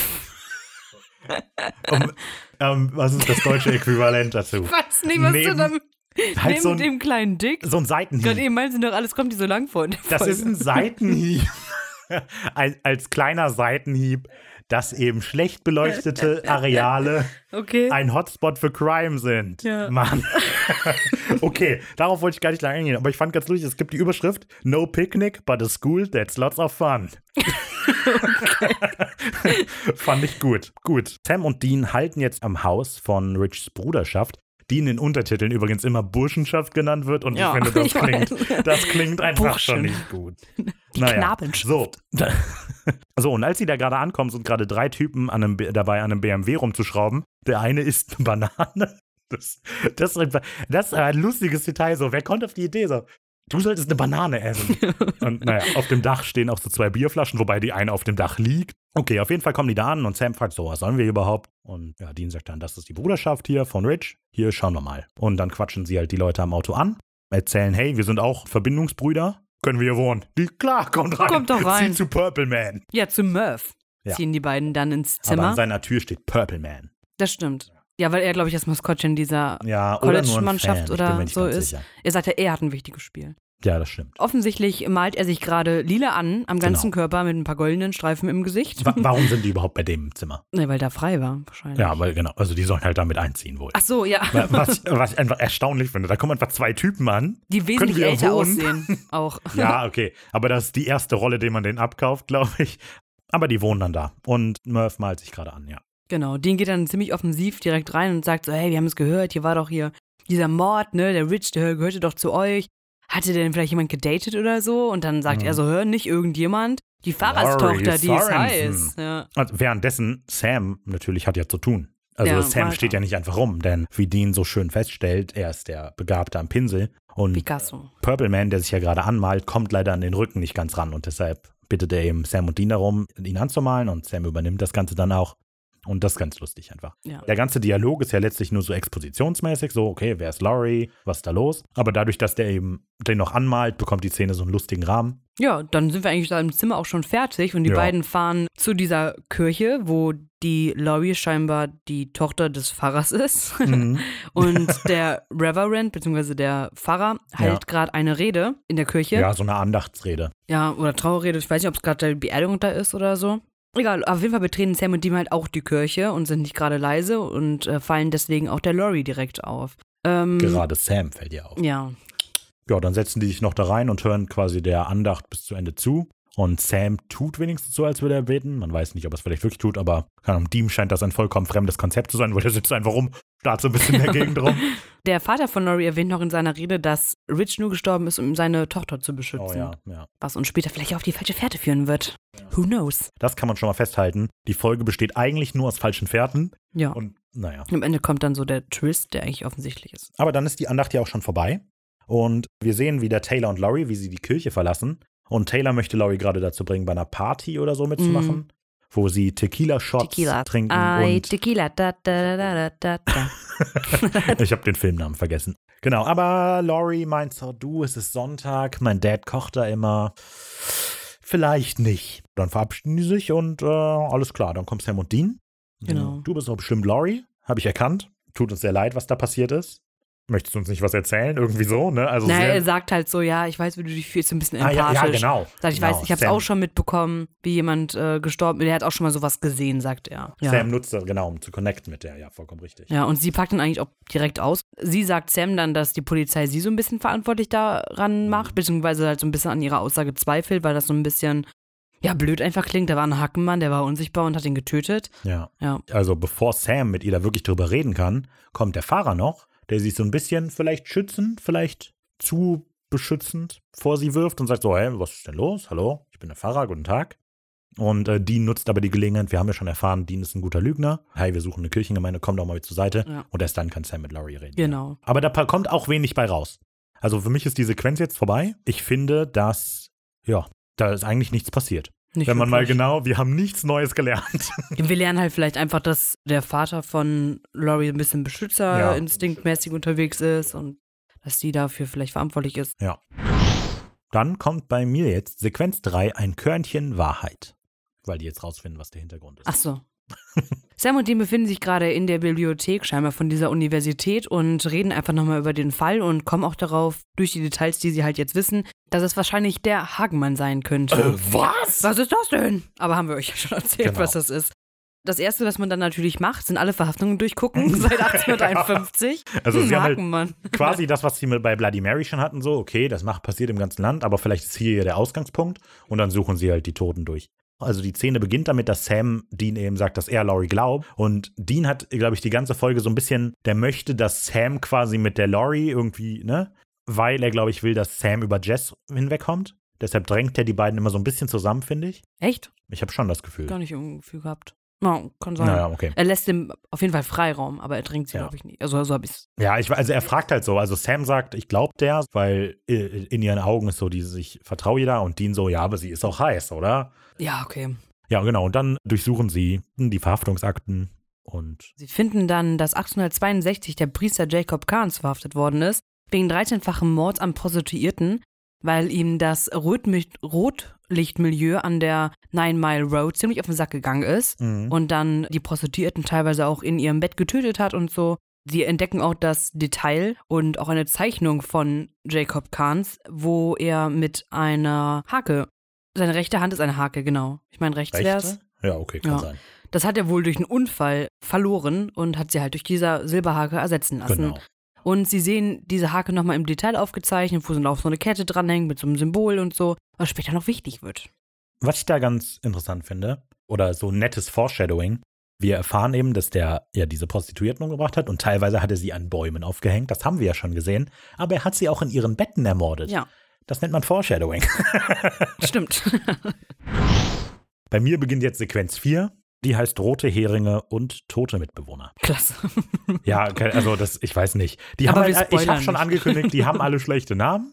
was ist das deutsche Äquivalent dazu? Ich weiß nicht, was Neben- du damit. Halt Neben so ein- dem kleinen Dick. So ein Seitenhieb. Gerade eben meinten sie doch, alles kommt die so lang vor in der Das Folge. ist ein Seitenhieb. Als kleiner Seitenhieb, dass eben schlecht beleuchtete Areale Okay. ein Hotspot für Crime sind. Ja. Mann. Okay, darauf wollte ich gar nicht lange eingehen, aber ich fand ganz lustig, es gibt die Überschrift No picnic, but a school that's lots of fun. Fand ich gut. Gut. Sam und Dean halten jetzt am Haus von Richs Bruderschaft, die in den Untertiteln übrigens immer Burschenschaft genannt wird und Ja, ich finde, ich weiß. das klingt einfach schon Burschen. nicht gut. Die Knabenschaft. So. So, und als sie da gerade ankommen, sind gerade 3 Typen dabei, an einem BMW rumzuschrauben. Der eine isst eine Banane. Das ist ein lustiges Detail. So, wer kommt auf die Idee? So, du solltest eine Banane essen. Und naja, auf dem Dach stehen auch so 2 Bierflaschen, wobei die eine auf dem Dach liegt. Okay, auf jeden Fall kommen die da an und Sam fragt so, was sollen wir überhaupt? Und ja, Dean sagt dann, das ist die Bruderschaft hier von Rich. Hier, schauen wir mal. Und dann quatschen sie halt die Leute am Auto an, erzählen, hey, wir sind auch Verbindungsbrüder. Können wir hier wohnen? Die, klar, kommt rein. Kommt doch rein. Zieh zu Purple Man. Ja, zu Murph Ja. ziehen die beiden dann ins Aber Zimmer. an seiner Tür steht Purple Man. Das stimmt. Ja, weil er, glaube ich, das Maskottchen dieser Ja, oder nur ein College-Mannschaft Fan. Ich bin mir oder nicht so ganz ist. sicher. Er sagt ja, er hat ein wichtiges Spiel. Ja, das stimmt. Offensichtlich malt er sich gerade lila an, am ganzen Körper mit ein paar goldenen Streifen im Gesicht. Warum sind die überhaupt bei dem im Zimmer? Ne, weil da frei war, wahrscheinlich. Ja, weil genau, also die sollen halt damit einziehen wohl. Ach so, ja. Was ich einfach erstaunlich finde, da kommen einfach 2 Typen an. Die Können wesentlich wir älter wohnen? aussehen. Auch. Ja, okay, aber das ist die erste Rolle, die man denen abkauft, glaube ich. Aber die wohnen dann da und Murph malt sich gerade an, ja. Genau, Dean geht dann ziemlich offensiv direkt rein und sagt so, hey, wir haben es gehört, hier war doch hier dieser Mord, ne, der Rich, der gehörte doch zu euch. Hatte denn vielleicht jemand gedatet oder so? Und dann sagt er so, hör, nicht irgendjemand. Die Pfarrerstochter, die ist heiß. Ja. Also währenddessen, Sam natürlich hat ja zu tun. Also Ja, Sam weiter. steht ja nicht einfach rum, denn wie Dean so schön feststellt, er ist der Begabte am Pinsel Und Picasso. Purple Man, der sich ja gerade anmalt, kommt leider an den Rücken nicht ganz ran und deshalb bittet er eben Sam und Dean darum, ihn anzumalen und Sam übernimmt das Ganze dann auch. Und das ist ganz lustig einfach. Ja. Der ganze Dialog ist ja letztlich nur so expositionsmäßig, so, okay, wer ist Laurie, was ist da los? Aber dadurch, dass der eben den noch anmalt, bekommt die Szene so einen lustigen Rahmen. Ja, dann sind wir eigentlich da im Zimmer auch schon fertig und die beiden fahren zu dieser Kirche, wo die Laurie scheinbar die Tochter des Pfarrers ist. Und der Reverend, beziehungsweise der Pfarrer, hält gerade eine Rede in der Kirche. Ja, so eine Andachtsrede. Ja, oder Trauerrede. Ich weiß nicht, ob es gerade die Beerdigung da ist oder so. Egal, auf jeden Fall betreten Sam und Dean halt auch die Kirche und sind nicht gerade leise und fallen deswegen auch der Laurie direkt auf. Gerade Sam fällt ihr auf. Ja. Ja, dann setzen die sich noch da rein und hören quasi der Andacht bis zu Ende zu. Und Sam tut wenigstens so, als würde er beten. Man weiß nicht, ob er es vielleicht wirklich tut, aber keine Ahnung, Dean scheint das ein vollkommen fremdes Konzept zu sein, weil der sitzt einfach rum, starrt so ein bisschen in der Gegend rum. Der Vater von Laurie erwähnt noch in seiner Rede, dass Rich nur gestorben ist, um seine Tochter zu beschützen. Oh ja. Was uns später vielleicht auf die falsche Fährte führen wird. Who knows? Das kann man schon mal festhalten. Die Folge besteht eigentlich nur aus falschen Fährten. Ja. Und naja. Am Ende kommt dann so der Twist, der eigentlich offensichtlich ist. Aber dann ist die Andacht ja auch schon vorbei. Und wir sehen wieder Taylor und Laurie, wie sie die Kirche verlassen. Und Taylor möchte Laurie gerade dazu bringen, bei einer Party oder so mitzumachen, wo sie Tequila-Shots trinken. Tequila, da, da, da, da, da. Ich habe den Filmnamen vergessen. Genau, aber Laurie meint so, du, es ist Sonntag, mein Dad kocht da immer. Vielleicht nicht. Dann verabschieden die sich und alles klar, dann kommt Sam und Dean. Genau. Du bist doch bestimmt Laurie, habe ich erkannt. Tut uns sehr leid, was da passiert ist. Möchtest du uns nicht was erzählen? Irgendwie so, ne? Also naja, er sagt halt so, ja, ich weiß, wie du dich fühlst, so ein bisschen empathisch. Ja, genau. Sagt, ich weiß, ich habe es auch schon mitbekommen, wie jemand gestorben ist. Der hat auch schon mal sowas gesehen, sagt er. Ja. Sam nutzt das, genau, um zu connecten mit der, ja, vollkommen richtig. Ja, und sie packt dann eigentlich auch direkt aus. Sie sagt Sam dann, dass die Polizei sie so ein bisschen verantwortlich daran macht, beziehungsweise halt so ein bisschen an ihrer Aussage zweifelt, weil das so ein bisschen, ja, blöd einfach klingt. Da war ein Hackenmann, der war unsichtbar und hat ihn getötet. Ja. Also bevor Sam mit ihr da wirklich drüber reden kann, kommt der Fahrer noch, der sich so ein bisschen vielleicht schützend, vielleicht zu beschützend vor sie wirft und sagt so, hey, was ist denn los? Hallo, ich bin der Fahrer, guten Tag. Und Dean nutzt aber die Gelegenheit, wir haben ja schon erfahren, Dean ist ein guter Lügner. Hey, wir suchen eine Kirchengemeinde, komm doch mal zur Seite. Ja. Und erst dann kann Sam mit Laurie reden. Genau. Ja. Aber da kommt auch wenig bei raus. Also für mich ist die Sequenz jetzt vorbei. Ich finde, dass, ja, da ist eigentlich nichts passiert. Nicht wenn man wirklich. mal wir haben nichts Neues gelernt. Wir lernen halt vielleicht einfach, dass der Vater von Laurie ein bisschen beschützerinstinktmäßig unterwegs ist und dass sie dafür vielleicht verantwortlich ist. Ja. Dann kommt bei mir jetzt Sequenz 3, ein Körnchen Wahrheit. Weil die jetzt rausfinden, was der Hintergrund ist. Ach so. Sam und Dean befinden sich gerade in der Bibliothek scheinbar von dieser Universität und reden einfach nochmal über den Fall und kommen auch darauf, durch die Details, die sie halt jetzt wissen, dass es wahrscheinlich der Hagenmann sein könnte. Was? Was ist das denn? Aber haben wir euch ja schon erzählt, was das ist. Das Erste, was man dann natürlich macht, sind alle Verhaftungen durchgucken, seit 1851. Also sie haben halt quasi das, was sie bei Bloody Mary schon hatten, so, okay, das passiert im ganzen Land, aber vielleicht ist hier der Ausgangspunkt und dann suchen sie halt die Toten durch. Also die Szene beginnt damit, dass Sam Dean eben sagt, dass er Laurie glaubt. Und Dean hat, glaube ich, die ganze Folge so ein bisschen, der möchte, dass Sam quasi mit der Laurie irgendwie, ne? Weil er, glaube ich, will, dass Sam über Jess hinwegkommt. Deshalb drängt er die beiden immer so ein bisschen zusammen, finde ich. Echt? Ich habe schon das Gefühl. Gar nicht ein Gefühl gehabt. No, kann sein. Naja, okay. Er lässt ihm auf jeden Fall Freiraum, aber er drängt sie, glaube ich, nicht. Also so habe ich es. Ja, also er fragt halt so. Also Sam sagt, ich glaube der, weil in ihren Augen ist so dieses, ich vertraue ihr da. Und Dean so, ja, aber sie ist auch heiß, oder? Ja, okay. Ja, genau. Und dann durchsuchen sie die Verhaftungsakten und sie finden dann, dass 1862 der Priester Jacob Carnes verhaftet worden ist, wegen 13-fachen Mords an Prostituierten, weil ihm das Rotlichtmilieu an der 9 Mile Road ziemlich auf den Sack gegangen ist und dann die Prostituierten teilweise auch in ihrem Bett getötet hat und so. Sie entdecken auch das Detail und auch eine Zeichnung von Jacob Carnes, wo er mit einer Hake, seine rechte Hand ist eine Hake, genau. Ich meine, rechts wäre es. Ja, okay, kann sein. Das hat er wohl durch einen Unfall verloren und hat sie halt durch diese Silberhake ersetzen lassen. Genau. Und sie sehen diese Hake nochmal im Detail aufgezeichnet, wo so eine Kette dranhängt mit so einem Symbol und so, was später noch wichtig wird. Was ich da ganz interessant finde, oder so nettes Foreshadowing, wir erfahren eben, dass der ja diese Prostituierten umgebracht hat und teilweise hat er sie an Bäumen aufgehängt, das haben wir ja schon gesehen, aber er hat sie auch in ihren Betten ermordet. Ja. Das nennt man Foreshadowing. Stimmt. Bei mir beginnt jetzt Sequenz 4. Die heißt Rote Heringe und tote Mitbewohner. Klasse. Ja, also ich weiß nicht. Die Aber haben wir halt, ich habe spoilern schon nicht. angekündigt, die haben alle schlechte Namen.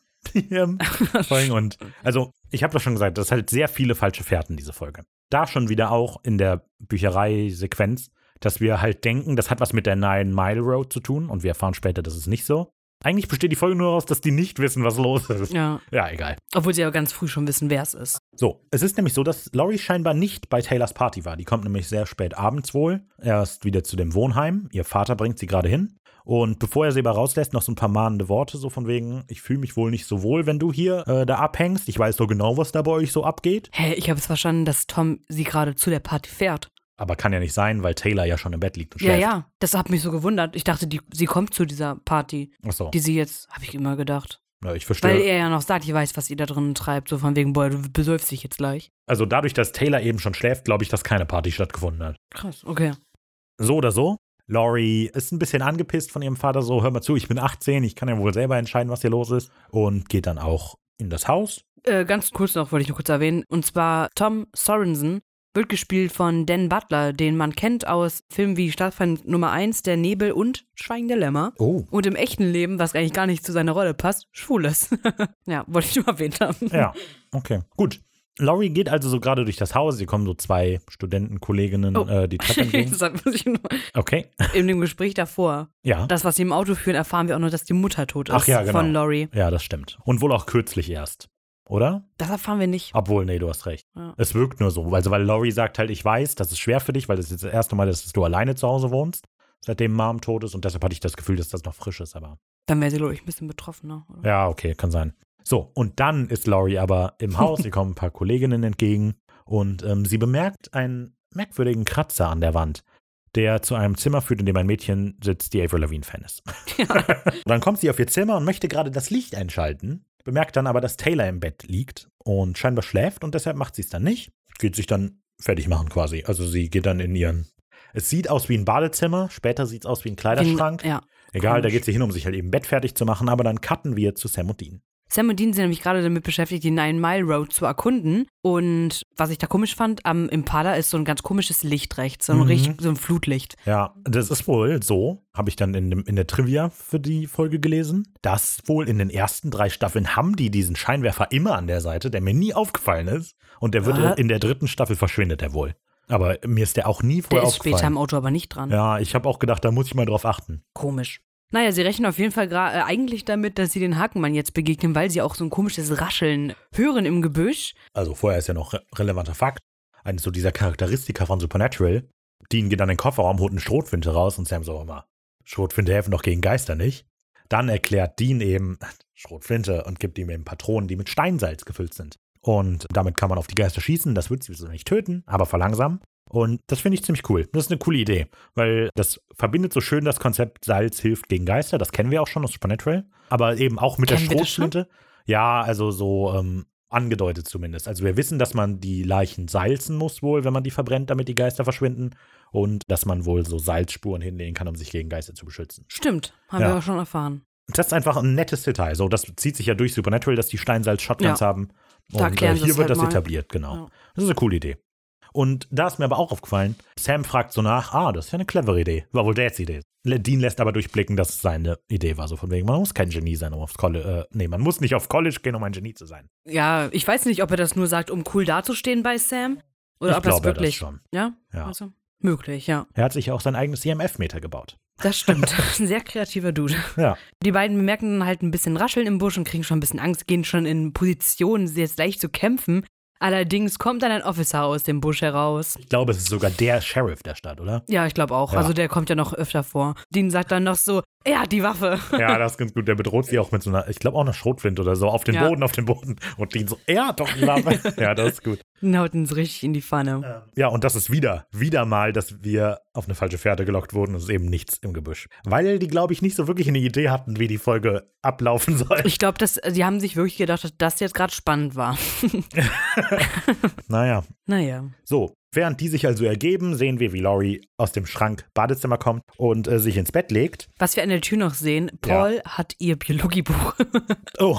Und also ich habe das schon gesagt, das ist halt sehr viele falsche Fährten, diese Folge. Da schon wieder auch in der Bücherei-Sequenz, dass wir halt denken, das hat was mit der Nine Mile Road zu tun und wir erfahren später, das ist nicht so. Eigentlich besteht die Folge nur daraus, dass die nicht wissen, was los ist. Ja. Ja, egal. Obwohl sie ja ganz früh schon wissen, wer es ist. So, es ist nämlich so, dass Laurie scheinbar nicht bei Taylors Party war. Die kommt nämlich sehr spät abends wohl. Erst wieder zu dem Wohnheim. Ihr Vater bringt sie gerade hin. Und bevor er sie aber rauslässt, noch so ein paar mahnende Worte, so von wegen, ich fühle mich wohl nicht so wohl, wenn du hier da abhängst. Ich weiß so genau, was da bei euch so abgeht. Hä, ich habe es verstanden, dass Tom sie gerade zu der Party fährt. Aber kann ja nicht sein, weil Taylor ja schon im Bett liegt und Ja, schläft. ja, das hat mich so gewundert. Ich dachte, sie kommt zu dieser Party, Ach so. die sie jetzt, habe ich immer gedacht. Ja, ich verstehe. Weil er ja noch sagt, ich weiß, was ihr da drin treibt. So von wegen, boah, du besäufst dich jetzt gleich. Also dadurch, dass Taylor eben schon schläft, glaube ich, dass keine Party stattgefunden hat. Krass, okay. So oder so. Laurie ist ein bisschen angepisst von ihrem Vater, so, hör mal zu, ich bin 18, ich kann ja wohl selber entscheiden, was hier los ist. Und geht dann auch in das Haus. Ganz kurz noch, wollte ich nur kurz erwähnen. Und zwar Tom Sorensen wird gespielt von Dan Butler, den man kennt aus Filmen wie Staatsfeind Nummer 1, Der Nebel und Schweigen der Lämmer. Oh. Und im echten Leben, was eigentlich gar nicht zu seiner Rolle passt, schwul ist. Ja, wollte ich nur erwähnt haben. Ja, okay, gut. Laurie geht also so gerade durch das Haus. Hier kommen so zwei Studentenkolleginnen, die Treppe entgegen. Das muss ich nur. Okay, In dem Gespräch davor, ja. das, was sie im Auto führen, erfahren wir auch noch, dass die Mutter tot ist Ach ja, genau. von Laurie. Ja, das stimmt. Und wohl auch kürzlich erst, oder? Das erfahren wir nicht. Obwohl, nee, du hast recht. Ja. Es wirkt nur so. Also, weil Laurie sagt halt, ich weiß, das ist schwer für dich, weil das ist jetzt das erste Mal, dass du alleine zu Hause wohnst, seitdem Mom tot ist. Und deshalb hatte ich das Gefühl, dass das noch frisch ist. Aber Dann wäre sie, glaube ich, ein bisschen betroffener. Oder? ja, okay, kann sein. So, und dann ist Laurie aber im Haus. Ihr kommen ein paar Kolleginnen entgegen. Und sie bemerkt einen merkwürdigen Kratzer an der Wand, der zu einem Zimmer führt, in dem ein Mädchen sitzt, die Avril Lavigne-Fan ist. Ja. Dann kommt sie auf ihr Zimmer und möchte gerade das Licht einschalten, bemerkt dann aber, dass Taylor im Bett liegt und scheinbar schläft und deshalb macht sie es dann nicht. Geht sich dann fertig machen quasi. Also sie geht dann in ihren, es sieht aus wie ein Badezimmer, später sieht es aus wie ein Kleiderschrank. Ja. Egal, da komisch. geht sie hin, um sich halt eben Bett fertig zu machen, aber dann cutten wir zu Sam und Dean. Sam und Dean sind nämlich gerade damit beschäftigt, die Nine Mile Road zu erkunden. Und was ich da komisch fand, am Impala ist so ein ganz komisches Licht rechts, so ein Flutlicht. Ja, das ist wohl so, habe ich dann in der Trivia für die Folge gelesen, dass wohl in den ersten 3 Staffeln haben die diesen Scheinwerfer immer an der Seite, der mir nie aufgefallen ist. Und der wird in der 3. Staffel verschwindet er wohl. Aber mir ist der auch nie vorher Der ist aufgefallen. später im Auto aber nicht dran. Ja, ich habe auch gedacht, da muss ich mal drauf achten. Komisch. Naja, sie rechnen auf jeden Fall eigentlich damit, dass sie den Hakenmann jetzt begegnen, weil sie auch so ein komisches Rascheln hören im Gebüsch. Also vorher ist ja noch relevanter Fakt. Eines so dieser Charakteristika von Supernatural. Dean geht dann in den Kofferraum, holt eine Schrotflinte raus und Sam so immer, Schrotflinte helfen doch gegen Geister nicht. Dann erklärt Dean eben Schrotflinte und gibt ihm eben Patronen, die mit Steinsalz gefüllt sind. Und damit kann man auf die Geister schießen, das wird sie so nicht töten, aber verlangsamen. Und das finde ich ziemlich cool. Das ist eine coole Idee, weil das verbindet so schön das Konzept Salz hilft gegen Geister. Das kennen wir auch schon aus Supernatural. Aber eben auch mit der Schrotflinte. Ja, also so angedeutet zumindest. Also wir wissen, dass man die Leichen salzen muss wohl, wenn man die verbrennt, damit die Geister verschwinden. Und dass man wohl so Salzspuren hinlegen kann, um sich gegen Geister zu beschützen. Stimmt, haben wir auch schon erfahren. Das ist einfach ein nettes Detail. So, das zieht sich ja durch Supernatural, dass die Steinsalz-Shotguns haben. Da Und hier wird halt das mal etabliert, genau. Ja. Das ist eine coole Idee. Und da ist mir aber auch aufgefallen, Sam fragt so nach, das ist ja eine clevere Idee. War wohl Dads Idee. Dean lässt aber durchblicken, dass es seine Idee war. So von wegen, man muss kein Genie sein, um aufs College, man muss nicht auf College gehen, um ein Genie zu sein. Ja, ich weiß nicht, ob er das nur sagt, um cool dazustehen bei Sam. Oder Ich ob das glaube, das wirklich. schon. Ja? Ja. Also, möglich, ja. Er hat sich ja auch sein eigenes EMF-Meter gebaut. Das stimmt. Ein sehr kreativer Dude. Ja. Die beiden bemerken dann halt ein bisschen Rascheln im Busch und kriegen schon ein bisschen Angst, gehen schon in Position, jetzt leicht zu kämpfen. Allerdings kommt dann ein Officer aus dem Busch heraus. Ich glaube, es ist sogar der Sheriff der Stadt, oder? Ja, ich glaube auch. Ja. Also der kommt ja noch öfter vor. Dean sagt dann noch so, er hat die Waffe. Ja, das ist ganz gut. Der bedroht sie auch mit so einer, ich glaube auch einer Schrotflinte oder so, auf den Boden. Und Dean so, er hat doch die Waffe. Ja, das ist gut. Dann haut ihn so richtig in die Pfanne. Ja, und das ist wieder mal, dass wir auf eine falsche Fährte gelockt wurden und es ist eben nichts im Gebüsch. Weil die, glaube ich, nicht so wirklich eine Idee hatten, wie die Folge ablaufen soll. Ich glaube, die haben sich wirklich gedacht, dass das jetzt gerade spannend war. Naja. Naja. So, Während die sich also ergeben, sehen wir, wie Laurie aus dem Schrank Badezimmer kommt und sich ins Bett legt. Was wir an der Tür noch sehen, Paul hat ihr Biologiebuch. Oh.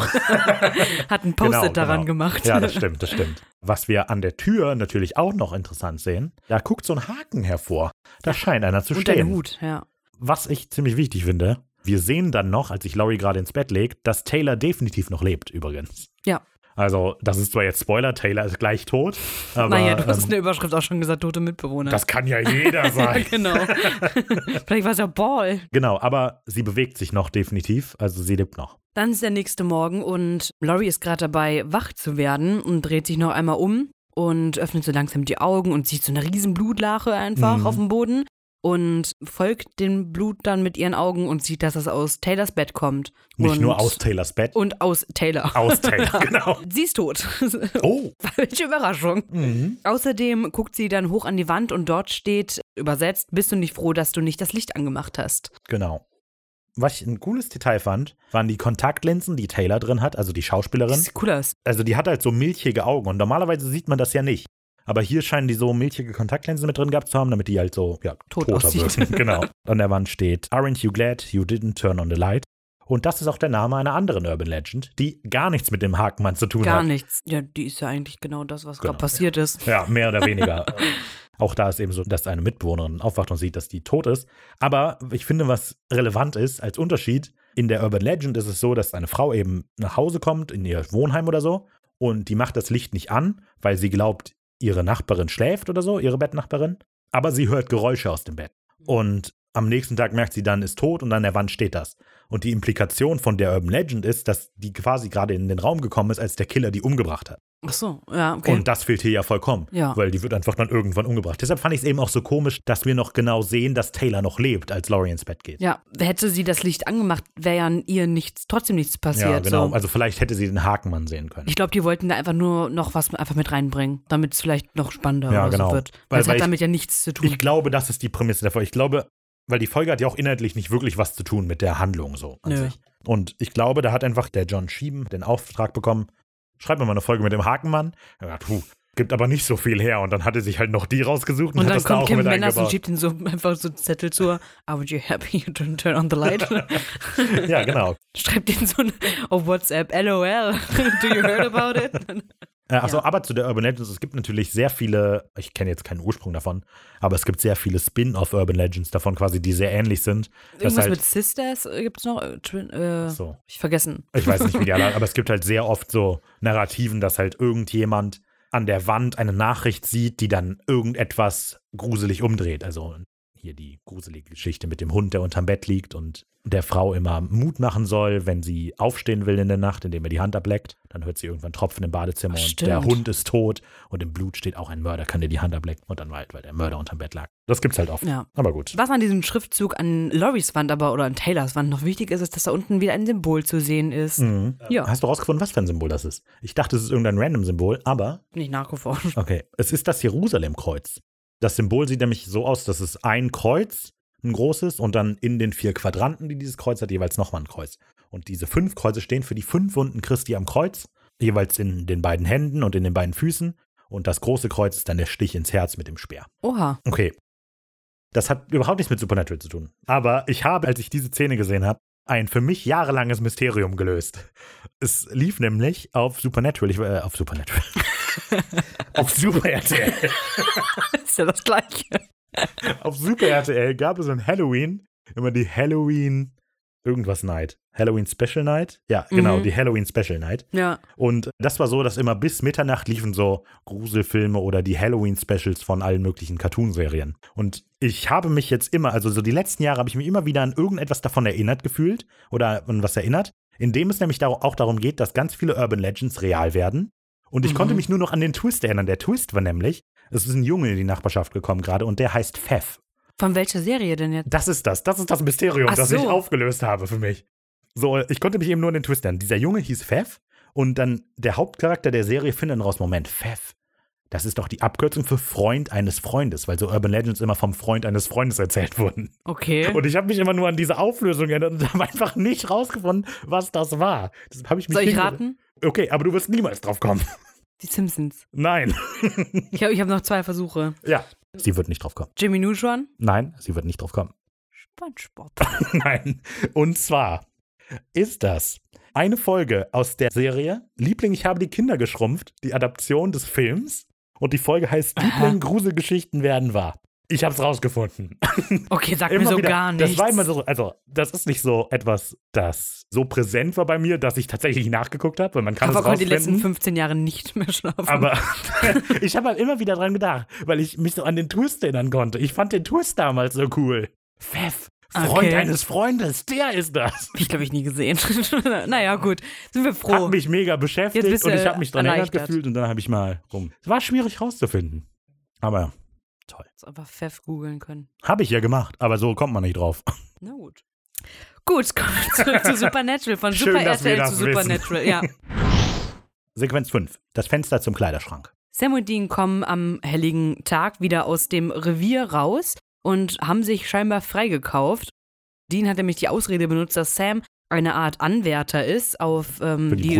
Hat ein Post-it daran gemacht. Ja, das stimmt. Was wir an der Tür natürlich auch noch interessant sehen, da guckt so ein Haken hervor. Da scheint einer zu stehen. Und ein Hut, ja. Was ich ziemlich wichtig finde, wir sehen dann noch, als sich Laurie gerade ins Bett legt, dass Taylor definitiv noch lebt, übrigens. Ja. Also, das ist zwar jetzt Spoiler, Taylor ist gleich tot. Aber, naja, du hast in der Überschrift auch schon gesagt, tote Mitbewohner. Das kann ja jeder sein. Ja, genau. Vielleicht war es ja Paul. Genau, aber sie bewegt sich noch definitiv, also sie lebt noch. Dann ist der nächste Morgen und Laurie ist gerade dabei, wach zu werden und dreht sich noch einmal um und öffnet so langsam die Augen und sieht so eine riesen Blutlache einfach auf dem Boden. Und folgt dem Blut dann mit ihren Augen und sieht, dass es aus Taylors Bett kommt. Nicht nur aus Taylors Bett. Und aus Taylor. Aus Taylor, genau. Sie ist tot. Oh. Welche Überraschung. Außerdem guckt sie dann hoch an die Wand und dort steht, übersetzt, bist du nicht froh, dass du nicht das Licht angemacht hast. Genau. Was ich ein cooles Detail fand, waren die Kontaktlinsen, die Taylor drin hat, also die Schauspielerin. Das sieht cool aus. Also die hat halt so milchige Augen und normalerweise sieht man das ja nicht. Aber hier scheinen die so milchige Kontaktlinsen mit drin gehabt zu haben, damit die halt so, tot toter aussieht. wirken. Genau. An der Wand steht, Aren't you glad you didn't turn on the light? Und das ist auch der Name einer anderen Urban Legend, die gar nichts mit dem Hakenmann zu tun hat. Gar nichts. Ja, die ist ja eigentlich genau das, was gerade passiert ist. Ja, mehr oder weniger. Auch da ist eben so, dass eine Mitbewohnerin aufwacht und sieht, dass die tot ist. Aber ich finde, was relevant ist als Unterschied, in der Urban Legend ist es so, dass eine Frau eben nach Hause kommt, in ihr Wohnheim oder so, und die macht das Licht nicht an, weil sie glaubt, ihre Nachbarin schläft oder so, ihre Bettnachbarin, aber sie hört Geräusche aus dem Bett. Und am nächsten Tag merkt sie dann, ist tot und an der Wand steht das. Und die Implikation von der Urban Legend ist, dass die quasi gerade in den Raum gekommen ist, als der Killer die umgebracht hat. Ach so, ja, okay. Und das fehlt hier ja vollkommen, weil die wird einfach dann irgendwann umgebracht. Deshalb fand ich es eben auch so komisch, dass wir noch genau sehen, dass Taylor noch lebt, als Laurie ins Bett geht. Ja, hätte sie das Licht angemacht, wäre ja ihr trotzdem nichts passiert. Ja, genau. So. Also vielleicht hätte sie den Hakenmann sehen können. Ich glaube, die wollten da einfach nur noch was einfach mit reinbringen, damit es vielleicht noch spannender genau. so wird. Weil es hat damit ja nichts zu tun. Ich glaube, das ist die Prämisse der Folge. Ich glaube, weil die Folge hat ja auch inhaltlich nicht wirklich was zu tun mit der Handlung so an sich. Und ich glaube, da hat einfach der John Schieben den Auftrag bekommen, schreib mir mal eine Folge mit dem Hakenmann. Er hat gibt aber nicht so viel her. Und dann hat er sich halt noch die rausgesucht und hat dann das da kommt auch Kim mit Manners eingebaut. und schiebt ihn so einfach so einen Zettel zu. Are you happy you didn't turn on the light? Ja, genau. Schreibt ihn so auf WhatsApp, LOL, do you heard about it? Achso, aber zu der Urban Legends, es gibt natürlich sehr viele, ich kenne jetzt keinen Ursprung davon, aber es gibt sehr viele Spin-off Urban Legends davon quasi, die sehr ähnlich sind. Irgendwas halt, mit Sisters gibt es noch? so. Ich vergessen. Ich weiß nicht, wie die alle, aber es gibt halt sehr oft so Narrativen, dass halt irgendjemand an der Wand eine Nachricht sieht, die dann irgendetwas gruselig umdreht. Also hier die gruselige Geschichte mit dem Hund, der unterm Bett liegt und der Frau immer Mut machen soll, wenn sie aufstehen will in der Nacht, indem er die Hand ableckt. Dann hört sie irgendwann Tropfen im Badezimmer und der Hund ist tot und im Blut steht auch ein Mörder, kann dir die Hand ablecken und dann war halt, weil der Mörder unterm Bett lag. Das gibt's halt oft. Ja. Aber gut. Was an diesem Schriftzug an Loris Wand oder an Taylors Wand noch wichtig ist, ist, dass da unten wieder ein Symbol zu sehen ist. Mhm. Ja. Hast du rausgefunden, was für ein Symbol das ist? Ich dachte, es ist irgendein random Symbol, aber nicht nachgeforscht. Okay, es ist das Jerusalem-Kreuz. Das Symbol sieht nämlich so aus, dass es ein Kreuz, ein großes, und dann in den 4 Quadranten, die dieses Kreuz hat, jeweils nochmal ein Kreuz. Und diese 5 Kreuze stehen für die 5 Wunden Christi am Kreuz, jeweils in den beiden Händen und in den beiden Füßen. Und das große Kreuz ist dann der Stich ins Herz mit dem Speer. Oha. Okay. Das hat überhaupt nichts mit Supernatural zu tun. Aber ich habe, als ich diese Szene gesehen habe, ein für mich jahrelanges Mysterium gelöst. Es lief nämlich auf Supernatural. Auf Super RTL. Ist ja das Gleiche. Auf Super RTL gab es an Halloween immer die Halloween irgendwas Night. Halloween Special Night? Ja, genau, die Halloween Special Night. Ja. Und das war so, dass immer bis Mitternacht liefen so Gruselfilme oder die Halloween Specials von allen möglichen Cartoonserien. Und ich habe mich jetzt immer, also so die letzten Jahre habe ich mich immer wieder an irgendetwas davon erinnert gefühlt oder an was erinnert, indem es nämlich auch darum geht, dass ganz viele Urban Legends real werden. Und ich konnte mich nur noch an den Twist erinnern. Der Twist war nämlich, es ist ein Junge in die Nachbarschaft gekommen gerade und der heißt Pfeff. Von welcher Serie denn jetzt? Das ist das Mysterium, das ich aufgelöst habe für mich. So, ich konnte mich eben nur an den Twist erinnern. Dieser Junge hieß Pfeff und dann der Hauptcharakter der Serie findet raus, Moment, Pfeff, das ist doch die Abkürzung für Freund eines Freundes, weil so Urban Legends immer vom Freund eines Freundes erzählt wurden. Okay. Und ich habe mich immer nur an diese Auflösung erinnert und habe einfach nicht rausgefunden, was das war. Das habe ich mich Soll ich raten? Okay, aber du wirst niemals drauf kommen. Die Simpsons. Nein. Ich hab noch 2 Versuche. Ja. Sie wird nicht drauf kommen. Jimmy Neutron? Nein, sie wird nicht drauf kommen. SpongeBob. Nein. Und zwar ist das eine Folge aus der Serie Liebling, ich habe die Kinder geschrumpft, die Adaption des Films. Und die Folge heißt Liebling, Gruselgeschichten werden wahr. Ich hab's rausgefunden. Okay, sag mir so wieder, gar nichts. Das war immer so, also das ist nicht so etwas, das so präsent war bei mir, dass ich tatsächlich nachgeguckt habe, weil man kann es rausfinden. Aber konnte die letzten 15 Jahre nicht mehr schlafen. Aber ich habe halt immer wieder dran gedacht, weil ich mich so an den Twist erinnern konnte. Ich fand den Twist damals so cool. Pfeff, Freund eines Freundes, der ist das. Ich glaube, ich nie gesehen. Naja, gut, sind wir froh. Hat mich mega beschäftigt und ich habe mich dran erinnert gefühlt und dann habe ich mal rum. Es war schwierig rauszufinden. Aber toll. Jetzt einfach Pfeff googeln können. Habe ich ja gemacht, aber so kommt man nicht drauf. Na gut. Gut, kommen wir zurück zu Supernatural. Von Schön, Super RTL zu Supernatural, ja. Sequenz 5. Das Fenster zum Kleiderschrank. Sam und Dean kommen am helligen Tag wieder aus dem Revier raus und haben sich scheinbar freigekauft. Dean hat nämlich die Ausrede benutzt, dass Sam eine Art Anwärter ist auf die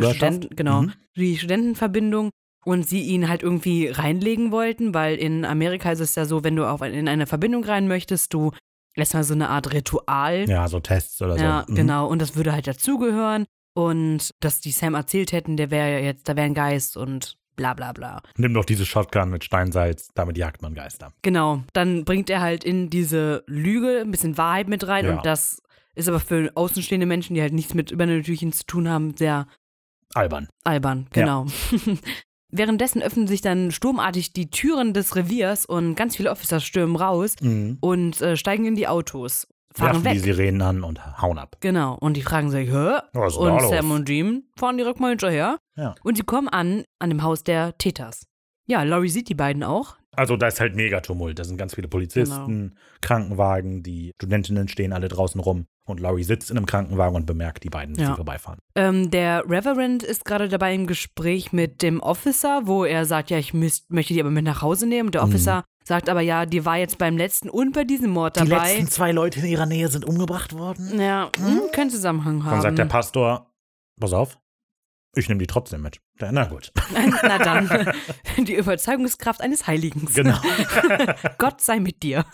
Studentenverbindung und sie ihn halt irgendwie reinlegen wollten, weil in Amerika ist es ja so, wenn du in eine Verbindung rein möchtest, du lässt mal so eine Art Ritual. Ja, so Tests oder so. Ja, genau. Und das würde halt dazugehören. Und dass die Sam erzählt hätten, da wäre ein Geist und bla bla bla. Nimm doch diese Shotgun mit Steinsalz, damit jagt man Geister. Genau. Dann bringt er halt in diese Lüge ein bisschen Wahrheit mit rein. Und das ist aber für außenstehende Menschen, die halt nichts mit Übernatürlichen zu tun haben, sehr albern. Genau. Ja. Währenddessen öffnen sich dann sturmartig die Türen des Reviers und ganz viele Officer stürmen raus und steigen in die Autos, fahren weg. Die Sirenen an und hauen ab. Genau, und die fragen sich, hä? Was ist Und da los? Sam und Dean fahren direkt mal hinterher. Ja. Und sie kommen an dem Haus der Täters. Ja, Laurie sieht die beiden auch. Also da ist halt mega Tumult. Da sind ganz viele Polizisten, Krankenwagen, die Studentinnen stehen alle draußen rum. Und Laurie sitzt in einem Krankenwagen und bemerkt die beiden, die vorbeifahren. Der Reverend ist gerade dabei im Gespräch mit dem Officer, wo er sagt, ja, ich möchte die aber mit nach Hause nehmen. Und der Officer sagt aber, ja, die war jetzt beim letzten und bei diesem Mord dabei. Die letzten 2 Leute in ihrer Nähe sind umgebracht worden. Ja, keinen Zusammenhang haben. Dann sagt der Pastor, pass auf, ich nehme die trotzdem mit. Na gut. Na dann, die Überzeugungskraft eines Heiligen. Genau. Gott sei mit dir.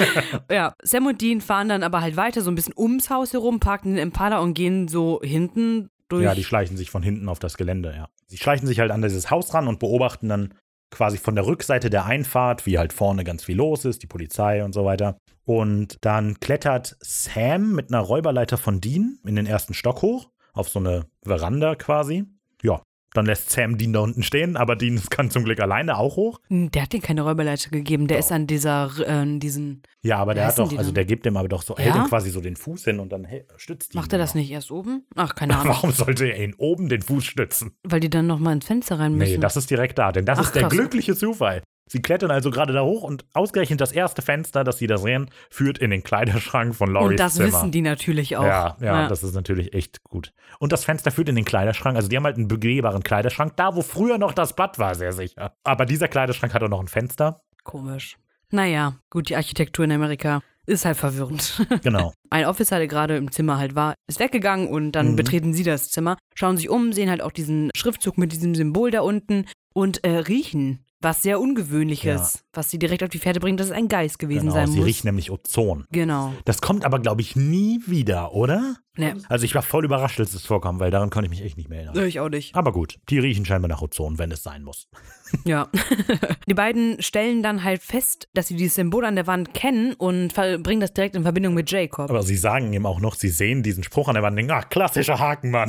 Ja, Sam und Dean fahren dann aber halt weiter so ein bisschen ums Haus herum, parken den Impala und gehen so hinten durch. Ja, die schleichen sich von hinten auf das Gelände, ja. Sie schleichen sich halt an dieses Haus ran und beobachten dann quasi von der Rückseite der Einfahrt, wie halt vorne ganz viel los ist, die Polizei und so weiter. Und dann klettert Sam mit einer Räuberleiter von Dean in den ersten Stock hoch, auf so eine Veranda quasi. Ja, dann lässt Sam Dean da unten stehen, aber Dean kann zum Glück alleine auch hoch. Der hat dir keine Räuberleiter gegeben, der ist an diesen... Ja, aber der hat doch, also der gibt dem aber doch so, hält ihm quasi so den Fuß hin und dann stützt ihn. Macht er das nicht erst oben? Ach, keine Ahnung. Warum sollte er ihn oben den Fuß stützen? Weil die dann nochmal ins Fenster rein müssen. Nee, das ist direkt da, denn das ist der glückliche Zufall. Sie klettern also gerade da hoch und ausgerechnet das erste Fenster, das sie da sehen, führt in den Kleiderschrank von Lauries Zimmer. Und das wissen die natürlich auch. Ja, das ist natürlich echt gut. Und das Fenster führt in den Kleiderschrank, also die haben halt einen begehbaren Kleiderschrank, da wo früher noch das Bad war, sehr sicher. Aber dieser Kleiderschrank hat auch noch ein Fenster. Komisch. Naja, gut, die Architektur in Amerika ist halt verwirrend. Genau. Ein Officer, der gerade im Zimmer halt war, ist weggegangen und dann betreten sie das Zimmer, schauen sich um, sehen halt auch diesen Schriftzug mit diesem Symbol da unten und riechen. Was sehr Ungewöhnliches, was sie direkt auf die Fährte bringt, dass es ein Geist gewesen sein muss. Sie riecht nämlich Ozon. Genau. Das kommt aber, glaube ich, nie wieder, oder? Nee. Also ich war voll überrascht, als es vorkam, weil daran konnte ich mich echt nicht mehr erinnern. Ich auch nicht. Aber gut, die riechen scheinbar nach Ozon, wenn es sein muss. Ja. Die beiden stellen dann halt fest, dass sie dieses Symbol an der Wand kennen und bringen das direkt in Verbindung mit Jacob. Aber sie sagen ihm auch noch, sie sehen diesen Spruch an der Wand und denken, klassischer Hakenmann.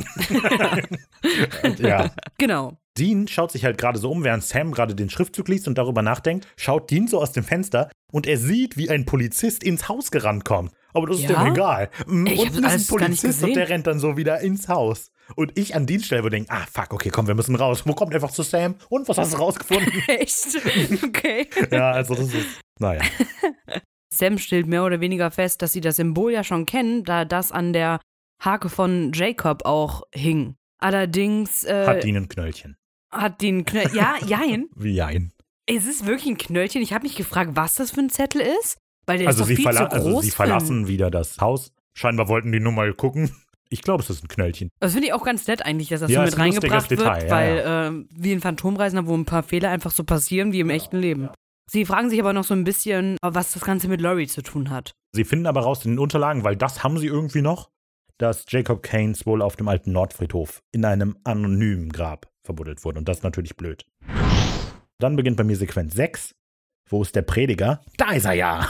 Ja. Genau. Dean schaut sich halt gerade so um, während Sam gerade den Schriftzug liest und darüber nachdenkt, schaut Dean so aus dem Fenster und er sieht, wie ein Polizist ins Haus gerannt kommt. Aber das ist dem egal. Unten ist ein Polizist und der rennt dann so wieder ins Haus. Und ich an Deans Stelle würde denken, fuck, okay, komm, wir müssen raus. Wo kommt einfach zu Sam? Und was hast du rausgefunden? Echt? Okay. Ja, also das ist, naja. Sam stellt mehr oder weniger fest, dass sie das Symbol ja schon kennen, da das an der Hake von Jacob auch hing. Allerdings hat Dean ein Knöllchen. Hat den Knöllchen. Ja, jein. Wie jein? Es ist wirklich ein Knöllchen. Ich habe mich gefragt, was das für ein Zettel ist. Weil der also ist doch viel zu groß. Also sie verlassen wieder das Haus. Scheinbar wollten die nur mal gucken. Ich glaube, es ist ein Knöllchen. Das finde ich auch ganz nett eigentlich, dass das Ja, so ist mit ein lustiges reingebracht wird, Detail, ja, weil wie in Phantomreisen, wo ein paar Fehler einfach so passieren wie im echten Leben. Sie fragen sich aber noch so ein bisschen, was das Ganze mit Laurie zu tun hat. Sie finden aber raus in den Unterlagen, weil das haben sie irgendwie noch, dass Jacob Keynes wohl auf dem alten Nordfriedhof in einem anonymen Grab verbuddelt wurde. Und das ist natürlich blöd. Dann beginnt bei mir Sequenz 6. Wo ist der Prediger? Da ist er ja.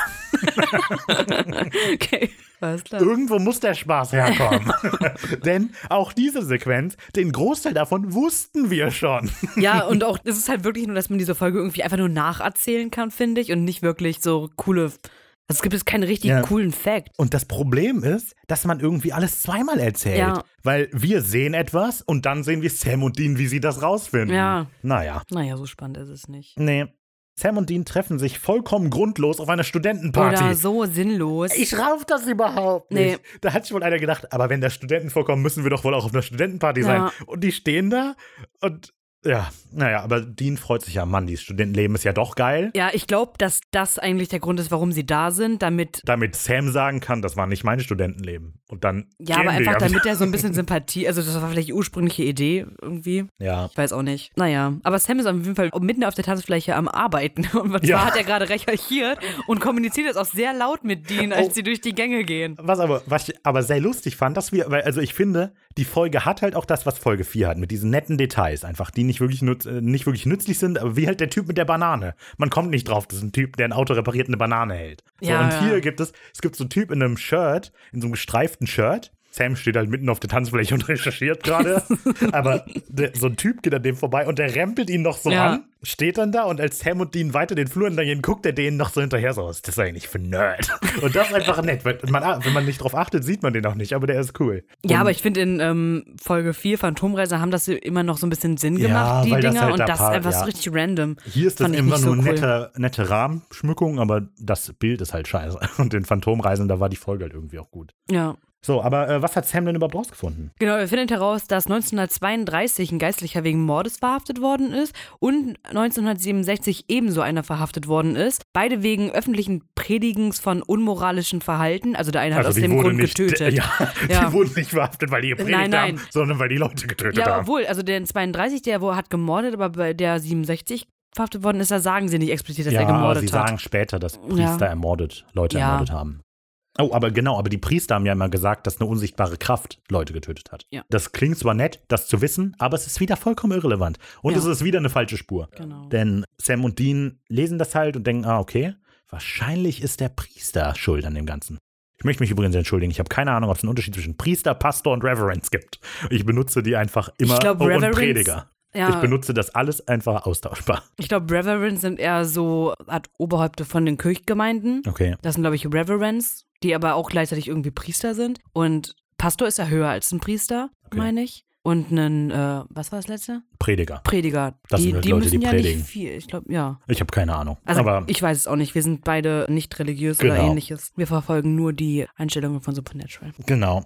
Okay, alles klar. Irgendwo muss der Spaß herkommen. Denn auch diese Sequenz, den Großteil davon wussten wir schon. Ja, und auch, es ist halt wirklich nur, dass man diese Folge irgendwie einfach nur nacherzählen kann, finde ich, und nicht wirklich so coole, also es gibt jetzt keinen richtig coolen Fact. Und das Problem ist, dass man irgendwie alles zweimal erzählt. Ja. Weil wir sehen etwas und dann sehen wir Sam und Dean, wie sie das rausfinden. Ja. Naja, So spannend ist es nicht. nee. Sam und Dean treffen sich vollkommen grundlos auf einer Studentenparty. Oder so sinnlos. Ich rauf das überhaupt nicht. Nee. Da hat sich wohl einer gedacht, aber wenn da Studenten vorkommen, müssen wir doch wohl auch auf einer Studentenparty sein. Und die stehen da und ja, naja, aber Dean freut sich ja, Mann, dieses Studentenleben ist ja doch geil. Ja, ich glaube, dass das eigentlich der Grund ist, warum sie da sind, damit Sam sagen kann, das war nicht mein Studentenleben. Und dann ja, aber einfach damit er so ein bisschen Sympathie, also das war vielleicht die ursprüngliche Idee irgendwie. Ja. Ich weiß auch nicht. Naja, aber Sam ist auf jeden Fall mitten auf der Tanzfläche am Arbeiten. Und zwar hat er gerade recherchiert und kommuniziert jetzt auch sehr laut mit Dean, als sie durch die Gänge gehen. Was ich aber sehr lustig fand, also ich finde, die Folge hat halt auch das, was Folge 4 hat, mit diesen netten Details einfach, die nicht wirklich nützlich sind, aber wie halt der Typ mit der Banane. Man kommt nicht drauf, das ist ein Typ, der ein Auto repariert und eine Banane hält. So, Ja, und hier gibt es so einen Typ in einem Shirt, in so einem gestreiften Shirt. Sam steht halt mitten auf der Tanzfläche und recherchiert gerade. Aber so ein Typ geht an dem vorbei und der rempelt ihn noch so an, steht dann da und als Sam und Dean weiter den Flur entlang gehen, guckt er denen noch so hinterher so aus. Das ist eigentlich für Nerd. Und das ist einfach nett. Wenn man nicht drauf achtet, sieht man den auch nicht, aber der ist cool. Ja, aber ich finde in Folge 4 Phantomreise haben das immer noch so ein bisschen Sinn gemacht, die weil das Dinger. halt Und das ist einfach so ja. richtig random. Hier ist das Fand ich immer nicht nur so cool. nette Rahmenschmückung, aber das Bild ist halt scheiße. Und in Phantomreisen, da war die Folge halt irgendwie auch gut. Ja. So, aber was hat Sam denn überhaupt rausgefunden? Genau, er findet heraus, dass 1932 ein Geistlicher wegen Mordes verhaftet worden ist und 1967 ebenso einer verhaftet worden ist. Beide wegen öffentlichen Predigens von unmoralischem Verhalten. Also der eine hat aus dem Grund getötet. Die wurden nicht verhaftet, weil die gepredigt haben, sondern weil die Leute getötet haben. Ja, obwohl, also der 32, der hat gemordet, aber bei der 67 verhaftet worden ist, da sagen sie nicht explizit, dass er gemordet hat. Ja, sie sagen später, dass Priester Leute ermordet haben. Oh, aber die Priester haben ja immer gesagt, dass eine unsichtbare Kraft Leute getötet hat. Ja. Das klingt zwar nett, das zu wissen, aber es ist wieder vollkommen irrelevant. Und es ist wieder eine falsche Spur. Genau. Denn Sam und Dean lesen das halt und denken, okay, wahrscheinlich ist der Priester schuld an dem Ganzen. Ich möchte mich übrigens entschuldigen, ich habe keine Ahnung, ob es einen Unterschied zwischen Priester, Pastor und Reverends gibt. Ich benutze die einfach immer und Prediger. Ja. Ich benutze das alles einfach austauschbar. Ich glaube, Reverends sind eher so Art Oberhäupte von den Kirchgemeinden. Okay. Das sind, glaube ich, Reverends, die aber auch gleichzeitig irgendwie Priester sind. Und Pastor ist ja höher als ein Priester, meine ich. Und ein, was war das letzte? Prediger. Das sind halt die Leute, müssen die ja predigen. nicht viel. Ich glaube, ja. Ich habe keine Ahnung. Also aber ich weiß es auch nicht. Wir sind beide nicht religiös oder ähnliches. Wir verfolgen nur die Einstellungen von Supernatural. Genau.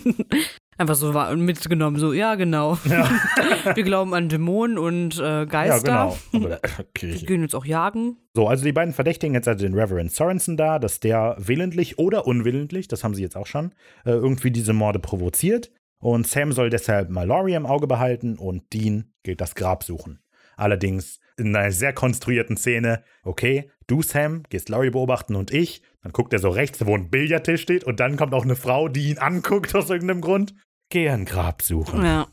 Einfach so mitgenommen, so, ja, genau. Ja. Wir glauben an Dämonen und Geister. Ja, genau. Aber, Wir gehen uns auch jagen. So, also die beiden verdächtigen jetzt also den Reverend Sorensen da, dass der willentlich oder unwillentlich, das haben sie jetzt auch schon, irgendwie diese Morde provoziert. Und Sam soll deshalb mal Laurie im Auge behalten und Dean geht das Grab suchen. Allerdings in einer sehr konstruierten Szene, okay, du Sam, gehst Laurie beobachten und ich, dann guckt er so rechts, wo ein Billardtisch steht und dann kommt auch eine Frau, die ihn anguckt aus irgendeinem Grund. Geh ein Grab suchen. Ja.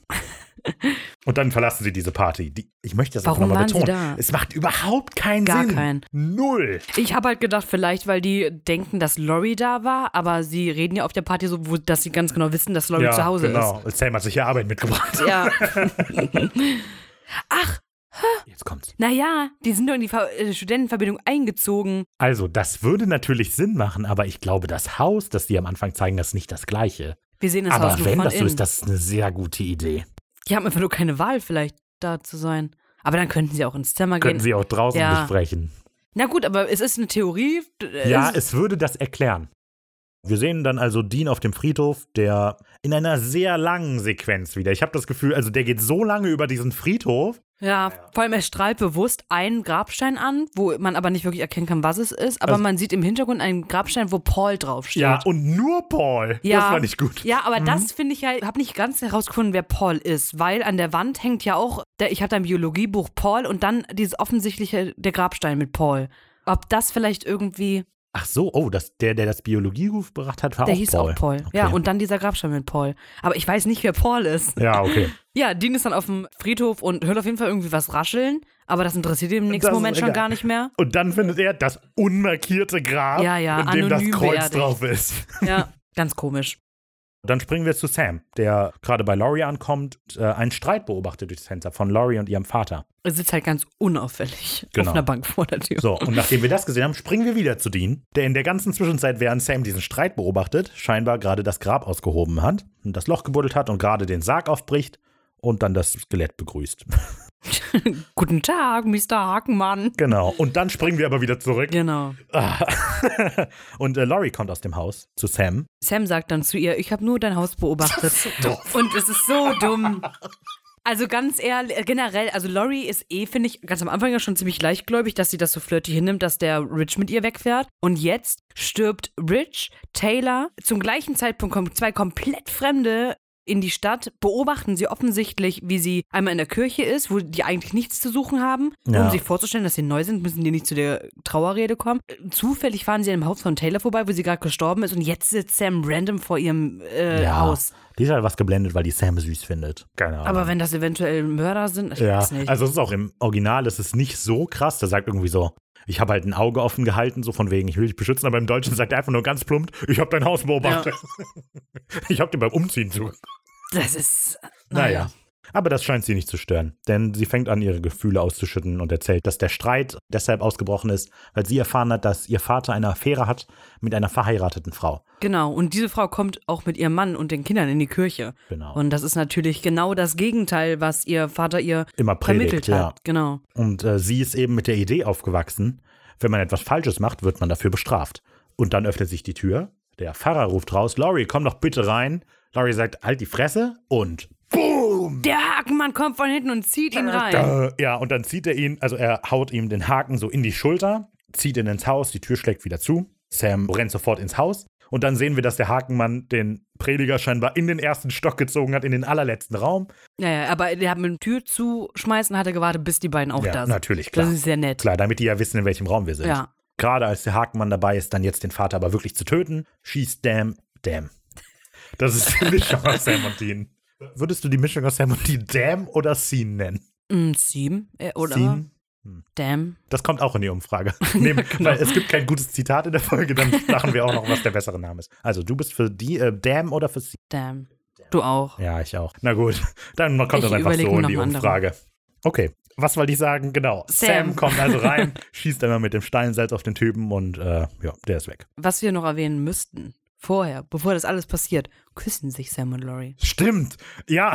Und dann verlassen sie diese Party. Ich möchte das auch nochmal betonen. Sie da? Es macht überhaupt keinen Sinn. Gar keinen. Null. Ich habe halt gedacht, vielleicht, weil die denken, dass Laurie da war, aber sie reden ja auf der Party so, dass sie ganz genau wissen, dass Laurie zu Hause ist. Genau. Sam hat sich ja Arbeit mitgebracht. Ja. Ach. Jetzt kommt's. Naja, die sind doch in die Studentenverbindung eingezogen. Also, das würde natürlich Sinn machen, aber ich glaube, das Haus, das die am Anfang zeigen, das ist nicht das gleiche. Wir sehen das aber Haus nur wenn von das so innen. ist, das ist eine sehr gute Idee. Die haben einfach nur keine Wahl, vielleicht da zu sein. Aber dann könnten sie auch ins Zimmer gehen. Könnten sie auch draußen besprechen. Na gut, aber es ist eine Theorie. Ja, es würde das erklären. Wir sehen dann also Dean auf dem Friedhof, der in einer sehr langen Sequenz wieder, ich habe das Gefühl, also der geht so lange über diesen Friedhof, Ja, vor allem er strahlt bewusst einen Grabstein an, wo man aber nicht wirklich erkennen kann, was es ist. Aber man sieht im Hintergrund einen Grabstein, wo Paul draufsteht. Ja, und nur Paul. Ja, das war nicht gut. Ja, aber das finde ich halt, habe nicht ganz herausgefunden, wer Paul ist, weil an der Wand hängt ja auch, ich habe da ein Biologiebuch Paul und dann dieses offensichtliche, der Grabstein mit Paul. Ob das vielleicht irgendwie... Ach so, der das Biologiebuch gebracht hat, war Der auch hieß Paul. auch Paul. Okay. Ja, und dann dieser Grabstein mit Paul. Aber ich weiß nicht, wer Paul ist. Ja, okay. Ja, Dean ist dann auf dem Friedhof und hört auf jeden Fall irgendwie was rascheln, aber das interessiert ihn im nächsten Moment schon gar nicht mehr. Und dann findet er das unmarkierte Grab, Ja, in dem das anonym Kreuz beerdigt. drauf ist. Ja, ganz komisch. Dann springen wir zu Sam, der gerade bei Laurie ankommt, einen Streit beobachtet durch das Fenster von Laurie und ihrem Vater. Er sitzt halt ganz unauffällig Genau. auf einer Bank vor der Tür. So, und nachdem wir das gesehen haben, springen wir wieder zu Dean, der in der ganzen Zwischenzeit, während Sam diesen Streit beobachtet, scheinbar gerade das Grab ausgehoben hat und das Loch gebuddelt hat und gerade den Sarg aufbricht und dann das Skelett begrüßt. Guten Tag, Mr. Hakenmann. Genau, und dann springen wir aber wieder zurück. Genau. Und Laurie kommt aus dem Haus zu Sam. Sam sagt dann zu ihr, ich habe nur dein Haus beobachtet. Und es ist so dumm. Also ganz ehrlich, generell, also Laurie ist finde ich, ganz am Anfang ja schon ziemlich leichtgläubig, dass sie das so flirty hinnimmt, dass der Rich mit ihr wegfährt. Und jetzt stirbt Rich, Taylor. Zum gleichen Zeitpunkt kommen zwei komplett Fremde in die Stadt, beobachten sie offensichtlich, wie sie einmal in der Kirche ist, wo die eigentlich nichts zu suchen haben. Ja. Um sich vorzustellen, dass sie neu sind, müssen die nicht zu der Trauerrede kommen. Zufällig fahren sie an dem Haus von Taylor vorbei, wo sie gerade gestorben ist und jetzt sitzt Sam random vor ihrem Haus. Die ist halt was geblendet, weil die Sam süß findet. Keine Ahnung. Aber wenn das eventuell Mörder sind, ich weiß nicht. Also es ist auch im Original, es ist nicht so krass. Der sagt irgendwie so, ich habe halt ein Auge offen gehalten, so von wegen, ich will dich beschützen, aber im Deutschen sagt er einfach nur ganz plump, ich habe dein Haus beobachtet. Ja. Ich habe dir beim Umziehen zugeguckt. Das ist, naja. Aber das scheint sie nicht zu stören, denn sie fängt an, ihre Gefühle auszuschütten und erzählt, dass der Streit deshalb ausgebrochen ist, weil sie erfahren hat, dass ihr Vater eine Affäre hat mit einer verheirateten Frau. Genau, und diese Frau kommt auch mit ihrem Mann und den Kindern in die Kirche. Genau. Und das ist natürlich genau das Gegenteil, was ihr Vater ihr immer predigt, vermittelt hat. Genau. Und sie ist eben mit der Idee aufgewachsen, wenn man etwas Falsches macht, wird man dafür bestraft. Und dann öffnet sich die Tür, der Pfarrer ruft raus, Laurie, komm doch bitte rein. Laurie sagt, halt die Fresse und boom! Der Hakenmann kommt von hinten und zieht ihn rein. Ja, und dann zieht er ihn, also er haut ihm den Haken so in die Schulter, zieht ihn ins Haus, die Tür schlägt wieder zu. Sam rennt sofort ins Haus und dann sehen wir, dass der Hakenmann den Prediger scheinbar in den ersten Stock gezogen hat, in den allerletzten Raum. Ja, aber der hat mit der Tür zuschmeißen, hat er gewartet, bis die beiden auch da sind. Natürlich, klar. Das ist sehr nett. Klar, damit die ja wissen, in welchem Raum wir sind. Ja. Gerade als der Hakenmann dabei ist, dann jetzt den Vater aber wirklich zu töten, schießt Damn. Das ist die Mischung aus Sam und Dean. Würdest du die Mischung aus Sam und Dean Damn oder Scene nennen? Scene oder Scene? Damn. Das kommt auch in die Umfrage. Genau. Weil es gibt kein gutes Zitat in der Folge, dann machen wir auch noch, was der bessere Name ist. Also, du bist für die Damn oder für Scene? Damn. Du auch. Ja, ich auch. Na gut, dann kommt das einfach so in die Umfrage. Okay, was wollte ich sagen? Genau. Sam kommt also rein, schießt einmal mit dem Steinsalz auf den Typen und ja, der ist weg. Was wir noch erwähnen müssten, vorher, bevor das alles passiert, küssen sich Sam und Laurie. Stimmt, ja.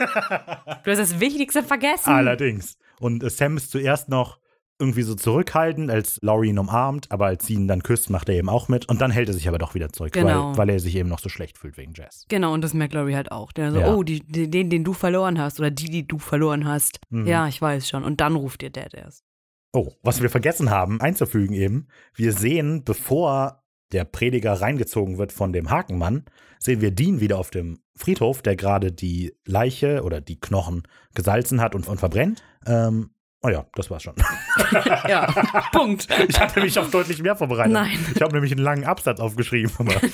Du hast das Wichtigste vergessen. Allerdings. Und Sam ist zuerst noch irgendwie so zurückhaltend, als Laurie ihn umarmt, aber als sie ihn dann küsst, macht er eben auch mit. Und dann hält er sich aber doch wieder zurück, genau. weil er sich eben noch so schlecht fühlt wegen Jess. Genau, und das merkt Laurie halt auch. Der so, oh, den du verloren hast oder die du verloren hast. Mhm. Ja, ich weiß schon. Und dann ruft ihr Dad erst. Oh, was wir vergessen haben einzufügen eben, wir sehen, bevor der Prediger reingezogen wird von dem Hakenmann, sehen wir Dean wieder auf dem Friedhof, der gerade die Leiche oder die Knochen gesalzen hat und verbrennt. Oh ja, das war's schon. Ja, Punkt. Ich hatte mich auf deutlich mehr vorbereitet. Nein. Ich habe nämlich einen langen Absatz aufgeschrieben.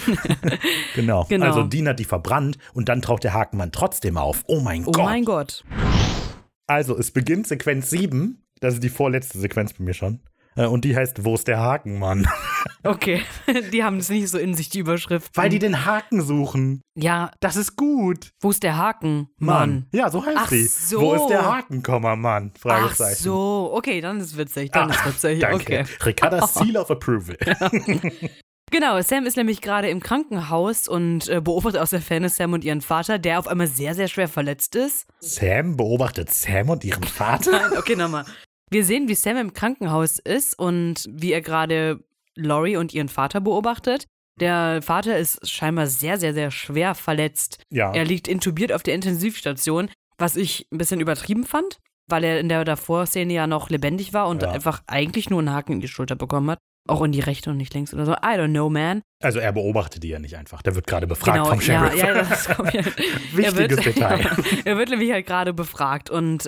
Genau. Also Dean hat die verbrannt und dann taucht der Hakenmann trotzdem auf. Oh mein Gott. Oh mein Gott. Also es beginnt Sequenz 7. Das ist die vorletzte Sequenz bei mir schon. Und die heißt, wo ist der Hakenmann? Okay, die haben es nicht so in sich, die Überschrift. Weil die den Haken suchen. Ja. Das ist gut. Wo ist der Haken, Mann? Ja, so heißt sie. So. Wo ist der Haken, Mann? Fragezeichen. Ach so, okay, dann ist witzig. Danke. Okay. Ricardas Seal of Approval. Ja. Genau, Sam ist nämlich gerade im Krankenhaus und beobachtet aus der Ferne Sam und ihren Vater, der auf einmal sehr, sehr schwer verletzt ist. Sam beobachtet Sam und ihren Vater? Nein, okay, nochmal. Wir sehen, wie Sam im Krankenhaus ist und wie er gerade Laurie und ihren Vater beobachtet. Der Vater ist scheinbar sehr, sehr, sehr schwer verletzt. Ja. Er liegt intubiert auf der Intensivstation, was ich ein bisschen übertrieben fand. weil er in der Davor-Szene ja noch lebendig war und einfach eigentlich nur einen Haken in die Schulter bekommen hat. Auch in die rechte und nicht links oder so. I don't know, man. Also er beobachtet die ja nicht einfach. Der wird gerade befragt vom Sheriff. Ja, das kommt ja. Wichtiges Detail. Ja, er wird nämlich halt gerade befragt und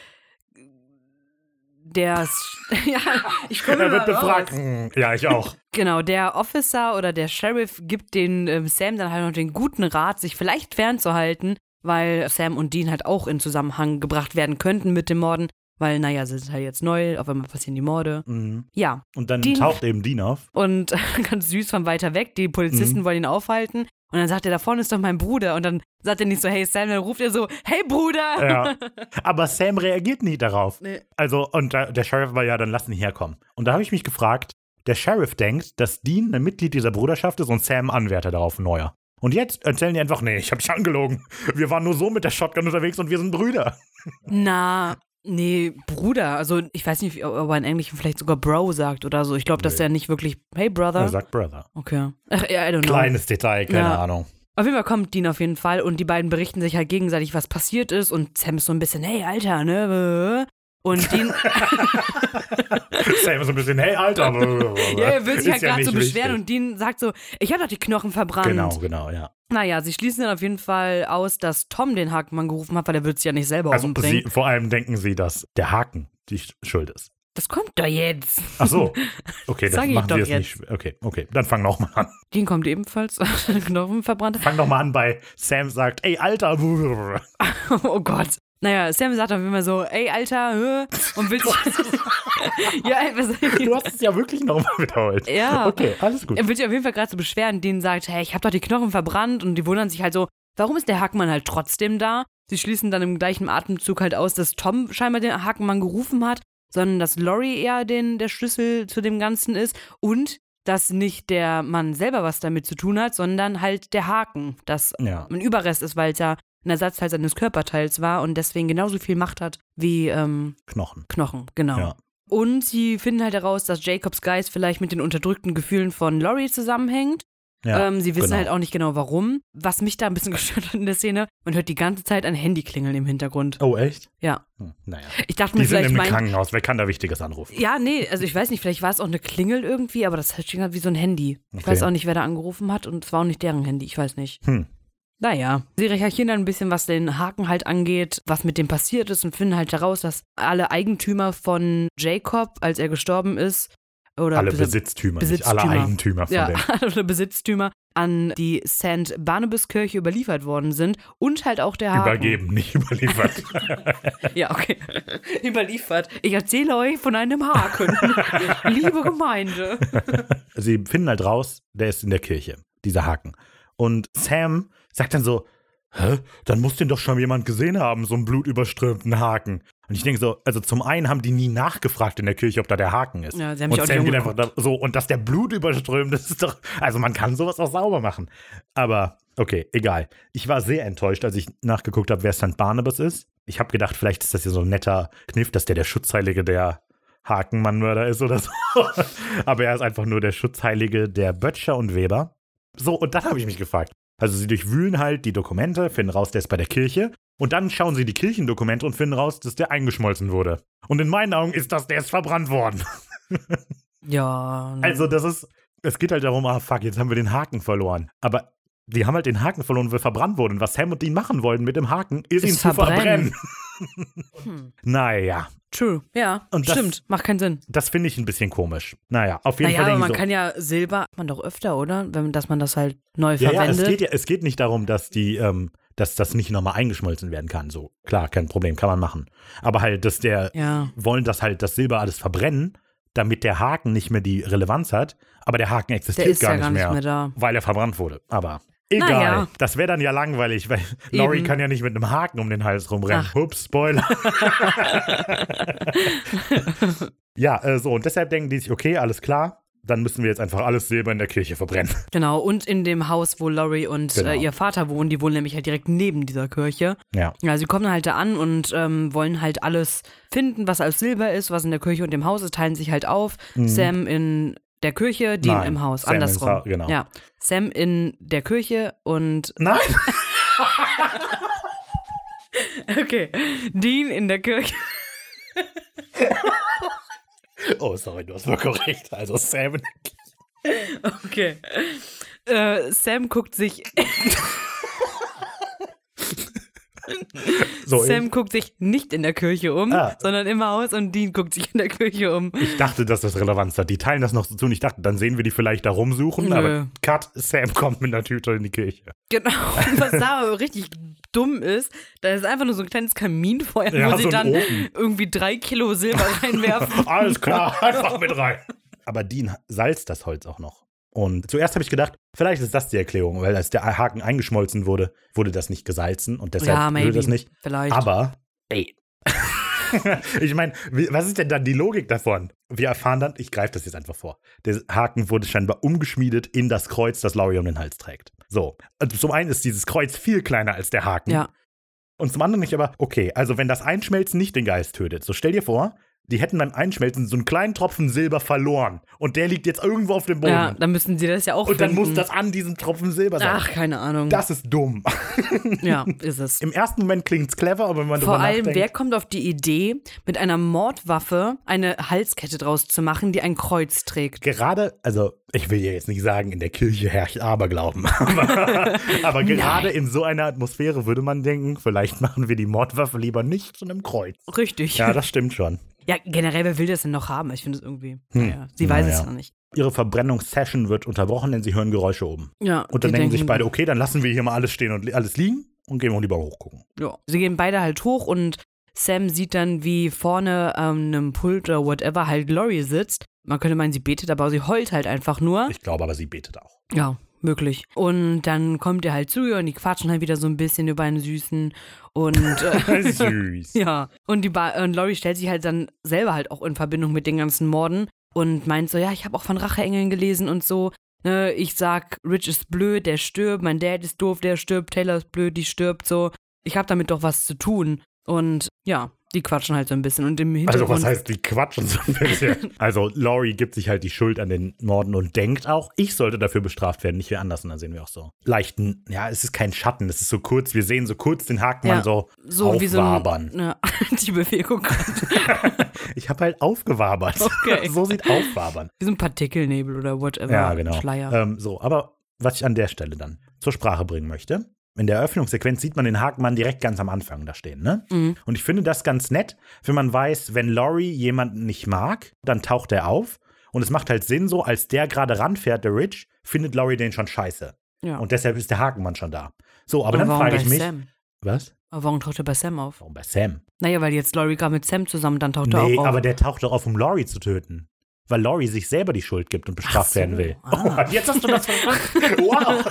ich komme Er wird befragt. Ja, ich auch. Genau, der Officer oder der Sheriff gibt den Sam dann halt noch den guten Rat, sich vielleicht fernzuhalten, weil Sam und Dean halt auch in Zusammenhang gebracht werden könnten mit den Morden. Weil, naja, sie sind halt jetzt neu, auf einmal passieren die Morde. Mhm. Ja. Und dann taucht eben Dean auf. Und ganz süß von weiter weg, die Polizisten wollen ihn aufhalten. Und dann sagt er, da vorne ist doch mein Bruder. Und dann sagt er nicht so, hey Sam, dann ruft er so, hey Bruder. Ja. Aber Sam reagiert nie darauf. Nee. Also, und der Sheriff war ja, dann lass ihn herkommen. Und da habe ich mich gefragt, der Sheriff denkt, dass Dean ein Mitglied dieser Bruderschaft ist und Sam Anwärter darauf, ein neuer. Und jetzt erzählen die einfach, nee, ich hab dich angelogen. Wir waren nur so mit der Shotgun unterwegs und wir sind Brüder. Nee, Bruder. Also ich weiß nicht, ob er in Englischen vielleicht sogar Bro sagt oder so. Ich glaube, dass der nicht wirklich, hey Brother. Er sagt Brother. Okay. Ach, I don't know. Kleines Detail, keine Ahnung. Auf jeden Fall kommt Dean auf jeden Fall und die beiden berichten sich halt gegenseitig, was passiert ist und Sam ist so ein bisschen, hey Alter, ne? Und Dean Sam ist so ein bisschen, hey Alter. Ja, er will sich halt ja gerade so beschweren wichtig. und Dean sagt so, ich habe doch die Knochen verbrannt. Genau, ja. Naja, sie schließen dann auf jeden Fall aus, dass Tom den Hakenmann gerufen hat, weil er wird es ja nicht selber umbringen. Vor allem denken sie, dass der Haken die Schuld ist. Das kommt doch jetzt. Ach so. Okay, Sag das ich machen doch sie jetzt jetzt. nicht. Okay, dann fang noch mal an. Dean kommt ebenfalls, Knochen verbrannt. Fang doch mal an bei Sam sagt, ey, Alter. Oh Gott. Naja, Sam sagt auf jeden Fall so, ey, Alter, und will sich... Ja, Du hast es ja wirklich nochmal wiederholt. Ja. Okay, alles gut. Er will sich auf jeden Fall gerade so beschweren. Dean sagt, hey, ich hab doch die Knochen verbrannt. Und die wundern sich halt so, warum ist der Hakenmann halt trotzdem da? Sie schließen dann im gleichen Atemzug halt aus, dass Tom scheinbar den Hakenmann gerufen hat, sondern dass Laurie eher der Schlüssel zu dem Ganzen ist und dass nicht der Mann selber was damit zu tun hat, sondern halt der Haken, das ein Überrest ist, weil es ja ein Ersatzteil seines Körperteils war und deswegen genauso viel Macht hat wie Knochen, genau. Ja. Und sie finden halt heraus, dass Jacobs Geist vielleicht mit den unterdrückten Gefühlen von Laurie zusammenhängt. Ja, sie wissen halt auch nicht genau warum. Was mich da ein bisschen gestört hat in der Szene, man hört die ganze Zeit ein Handy klingeln im Hintergrund. Oh, echt? Ja. Naja. Ich dachte mir Die sind vielleicht im Krankenhaus, wer kann da Wichtiges anrufen? Ja, nee, also ich weiß nicht, vielleicht war es auch eine Klingel irgendwie, aber das hört sich an wie so ein Handy. Ich Okay. weiß auch nicht, wer da angerufen hat und es war auch nicht deren Handy, ich weiß nicht. Naja, sie recherchieren dann ein bisschen, was den Haken halt angeht, was mit dem passiert ist und finden halt heraus, dass alle Eigentümer von Jacob, als er gestorben ist, oder alle Besitztümer, nicht alle Eigentümer von dem. alle Besitztümer an die St. Barnabas-Kirche überliefert worden sind und halt auch der Haken. Übergeben, nicht überliefert. Ja, okay. Überliefert. Ich erzähle euch von einem Haken. Liebe Gemeinde. Sie finden halt raus, der ist in der Kirche, dieser Haken. Und Sam sagt dann so, hä? Dann muss den doch schon jemand gesehen haben, so einen blutüberströmten Haken. Und ich denke so, also zum einen haben die nie nachgefragt in der Kirche, ob da der Haken ist. Ja, sie haben und sich auch Sam nicht geht einfach da, so, und dass der Blut überströmt, das ist doch, also man kann sowas auch sauber machen. Aber okay, egal. Ich war sehr enttäuscht, als ich nachgeguckt habe, wer St. Barnabas ist. Ich habe gedacht, vielleicht ist das ja so ein netter Kniff, dass der Schutzheilige der Hakenmannmörder ist oder so. Aber er ist einfach nur der Schutzheilige der Böttcher und Weber. So, und dann habe ich mich gefragt. Also sie durchwühlen halt die Dokumente, finden raus, der ist bei der Kirche. Und dann schauen sie die Kirchendokumente und finden raus, dass der eingeschmolzen wurde. Und in meinen Augen ist der ist verbrannt worden. Ja. Also es geht halt darum, fuck, jetzt haben wir den Haken verloren. Aber die haben halt den Haken verloren, weil verbrannt wurde. Und was Sam und Dean machen wollten mit dem Haken, ist ihn zu verbrennen. Naja. True, ja, und stimmt, macht keinen Sinn. Das finde ich ein bisschen komisch. Naja, auf jeden Fall aber denke man ich so, kann ja Silber, hat man doch öfter, oder? Dass man das halt neu verwendet. Ja, es geht nicht darum, dass dass das nicht nochmal eingeschmolzen werden kann. So, klar, kein Problem, kann man machen. Aber halt, dass wollen das halt das Silber alles verbrennen, damit der Haken nicht mehr die Relevanz hat. Aber der Haken existiert der ist gar ja nicht mehr da. weil er verbrannt wurde. Aber egal, naja. Das wäre dann ja langweilig, weil Laurie kann ja nicht mit einem Haken um den Hals rumrennen. Ups, Spoiler. Ja, so, und deshalb denken die sich, okay, alles klar, dann müssen wir jetzt einfach alles Silber in der Kirche verbrennen. Genau, und in dem Haus, wo Laurie und ihr Vater wohnen, die wohnen nämlich halt direkt neben dieser Kirche. Ja. Ja, sie kommen halt da an und wollen halt alles finden, was als Silber ist, was in der Kirche und dem Haus ist, teilen sich halt auf. Sam in der Kirche, Dean im Haus, Sam andersrum. Genau. Ja, Sam in der Kirche und... Nein! Okay, Dean in der Kirche. Oh, sorry, du hast voll korrekt. Also Sam. Okay. Sam guckt sich... So, Sam guckt sich nicht in der Kirche um, sondern im Haus und Dean guckt sich in der Kirche um. Ich dachte, dass das Relevanz hat. Die teilen das noch so zu und ich dachte, dann sehen wir die vielleicht da rumsuchen, aber Cut, Sam kommt mit einer Tüte in die Kirche. Genau, und was da aber richtig dumm ist, da ist einfach nur so ein kleines Kaminfeuer, Ja, wo sie so ein dann Ofen. irgendwie 3 Kilo Silber reinwerfen. Alles klar, einfach mit rein. Aber Dean salzt das Holz auch noch. Und zuerst habe ich gedacht, vielleicht ist das die Erklärung, weil als der Haken eingeschmolzen wurde, wurde das nicht gesalzen und deshalb würde das nicht. Vielleicht. Aber, ey. Ich meine, was ist denn dann die Logik davon? Wir erfahren dann, ich greife das jetzt einfach vor, der Haken wurde scheinbar umgeschmiedet in das Kreuz, das Laurie um den Hals trägt. So, also zum einen ist dieses Kreuz viel kleiner als der Haken. Ja. Und zum anderen nicht, aber okay, also wenn das Einschmelzen nicht den Geist tötet, so stell dir vor, die hätten beim Einschmelzen so einen kleinen Tropfen Silber verloren und der liegt jetzt irgendwo auf dem Boden. Ja, dann müssen sie das ja auch und dann finden. muss das an diesem Tropfen Silber sein. Ach, keine Ahnung. Das ist dumm. Ja, ist es. Im ersten Moment klingt es clever, aber wenn man Vor drüber allem, nachdenkt. wer kommt auf die Idee, mit einer Mordwaffe eine Halskette draus zu machen, die ein Kreuz trägt? Gerade, also ich will ja jetzt nicht sagen, in der Kirche herrscht Aberglauben, aber gerade in so einer Atmosphäre würde man denken, vielleicht machen wir die Mordwaffe lieber nicht zu einem Kreuz. Richtig. Ja, das stimmt schon. Ja, generell, wer will das denn noch haben? Ich finde es irgendwie, naja, sie weiß es noch nicht. Ihre Verbrennungssession wird unterbrochen, denn sie hören Geräusche oben. Ja, und dann denken sich beide, okay, dann lassen wir hier mal alles stehen und alles liegen und gehen wir lieber hochgucken. Ja, sie gehen beide halt hoch und Sam sieht dann, wie vorne einem Pult oder whatever halt Laurie sitzt. Man könnte meinen, sie betet, aber sie heult halt einfach nur. Ich glaube aber, sie betet auch. Ja, möglich. Und dann kommt er halt zu ihr und die quatschen halt wieder so ein bisschen über einen Süßen und süß. Ja, und Laurie stellt sich halt dann selber halt auch in Verbindung mit den ganzen Morden und meint so, ja, ich habe auch von Racheengeln gelesen und so. Ne, ich sag, Rich ist blöd, der stirbt, mein Dad ist doof, der stirbt, Taylor ist blöd, die stirbt, so. Ich habe damit doch was zu tun. Und ja, die quatschen halt so ein bisschen und im Hintergrund... Also was heißt, die quatschen so ein bisschen? Also Laurie gibt sich halt die Schuld an den Morden und denkt auch, ich sollte dafür bestraft werden, nicht wer anders. Und dann sehen wir auch so leichten, ja, es ist kein Schatten, es ist so kurz, wir sehen so kurz den Hakenmann so aufwabern. Wie so die Bewegung gerade. Ich habe halt aufgewabert. Okay. So sieht aufwabern. Wie so ein Partikelnebel oder whatever. Ja, genau. Schleier. So, aber was ich an der Stelle dann zur Sprache bringen möchte, in der Eröffnungssequenz sieht man den Hakenmann direkt ganz am Anfang da stehen, ne? Mhm. Und ich finde das ganz nett, wenn man weiß, wenn Laurie jemanden nicht mag, dann taucht er auf. Und es macht halt Sinn so, als der gerade ranfährt, der Rich, findet Laurie den schon scheiße. Ja. Und deshalb ist der Hakenmann schon da. So, aber dann frage ich mich. Sam? Was? Aber warum taucht er bei Sam auf? Warum bei Sam? Naja, weil jetzt Laurie gerade mit Sam zusammen, dann taucht er auch auf. Nee, aber der taucht doch auf, um Laurie zu töten. Weil Laurie sich selber die Schuld gibt und bestraft werden will. Oh, jetzt hast du das verstanden. Wow.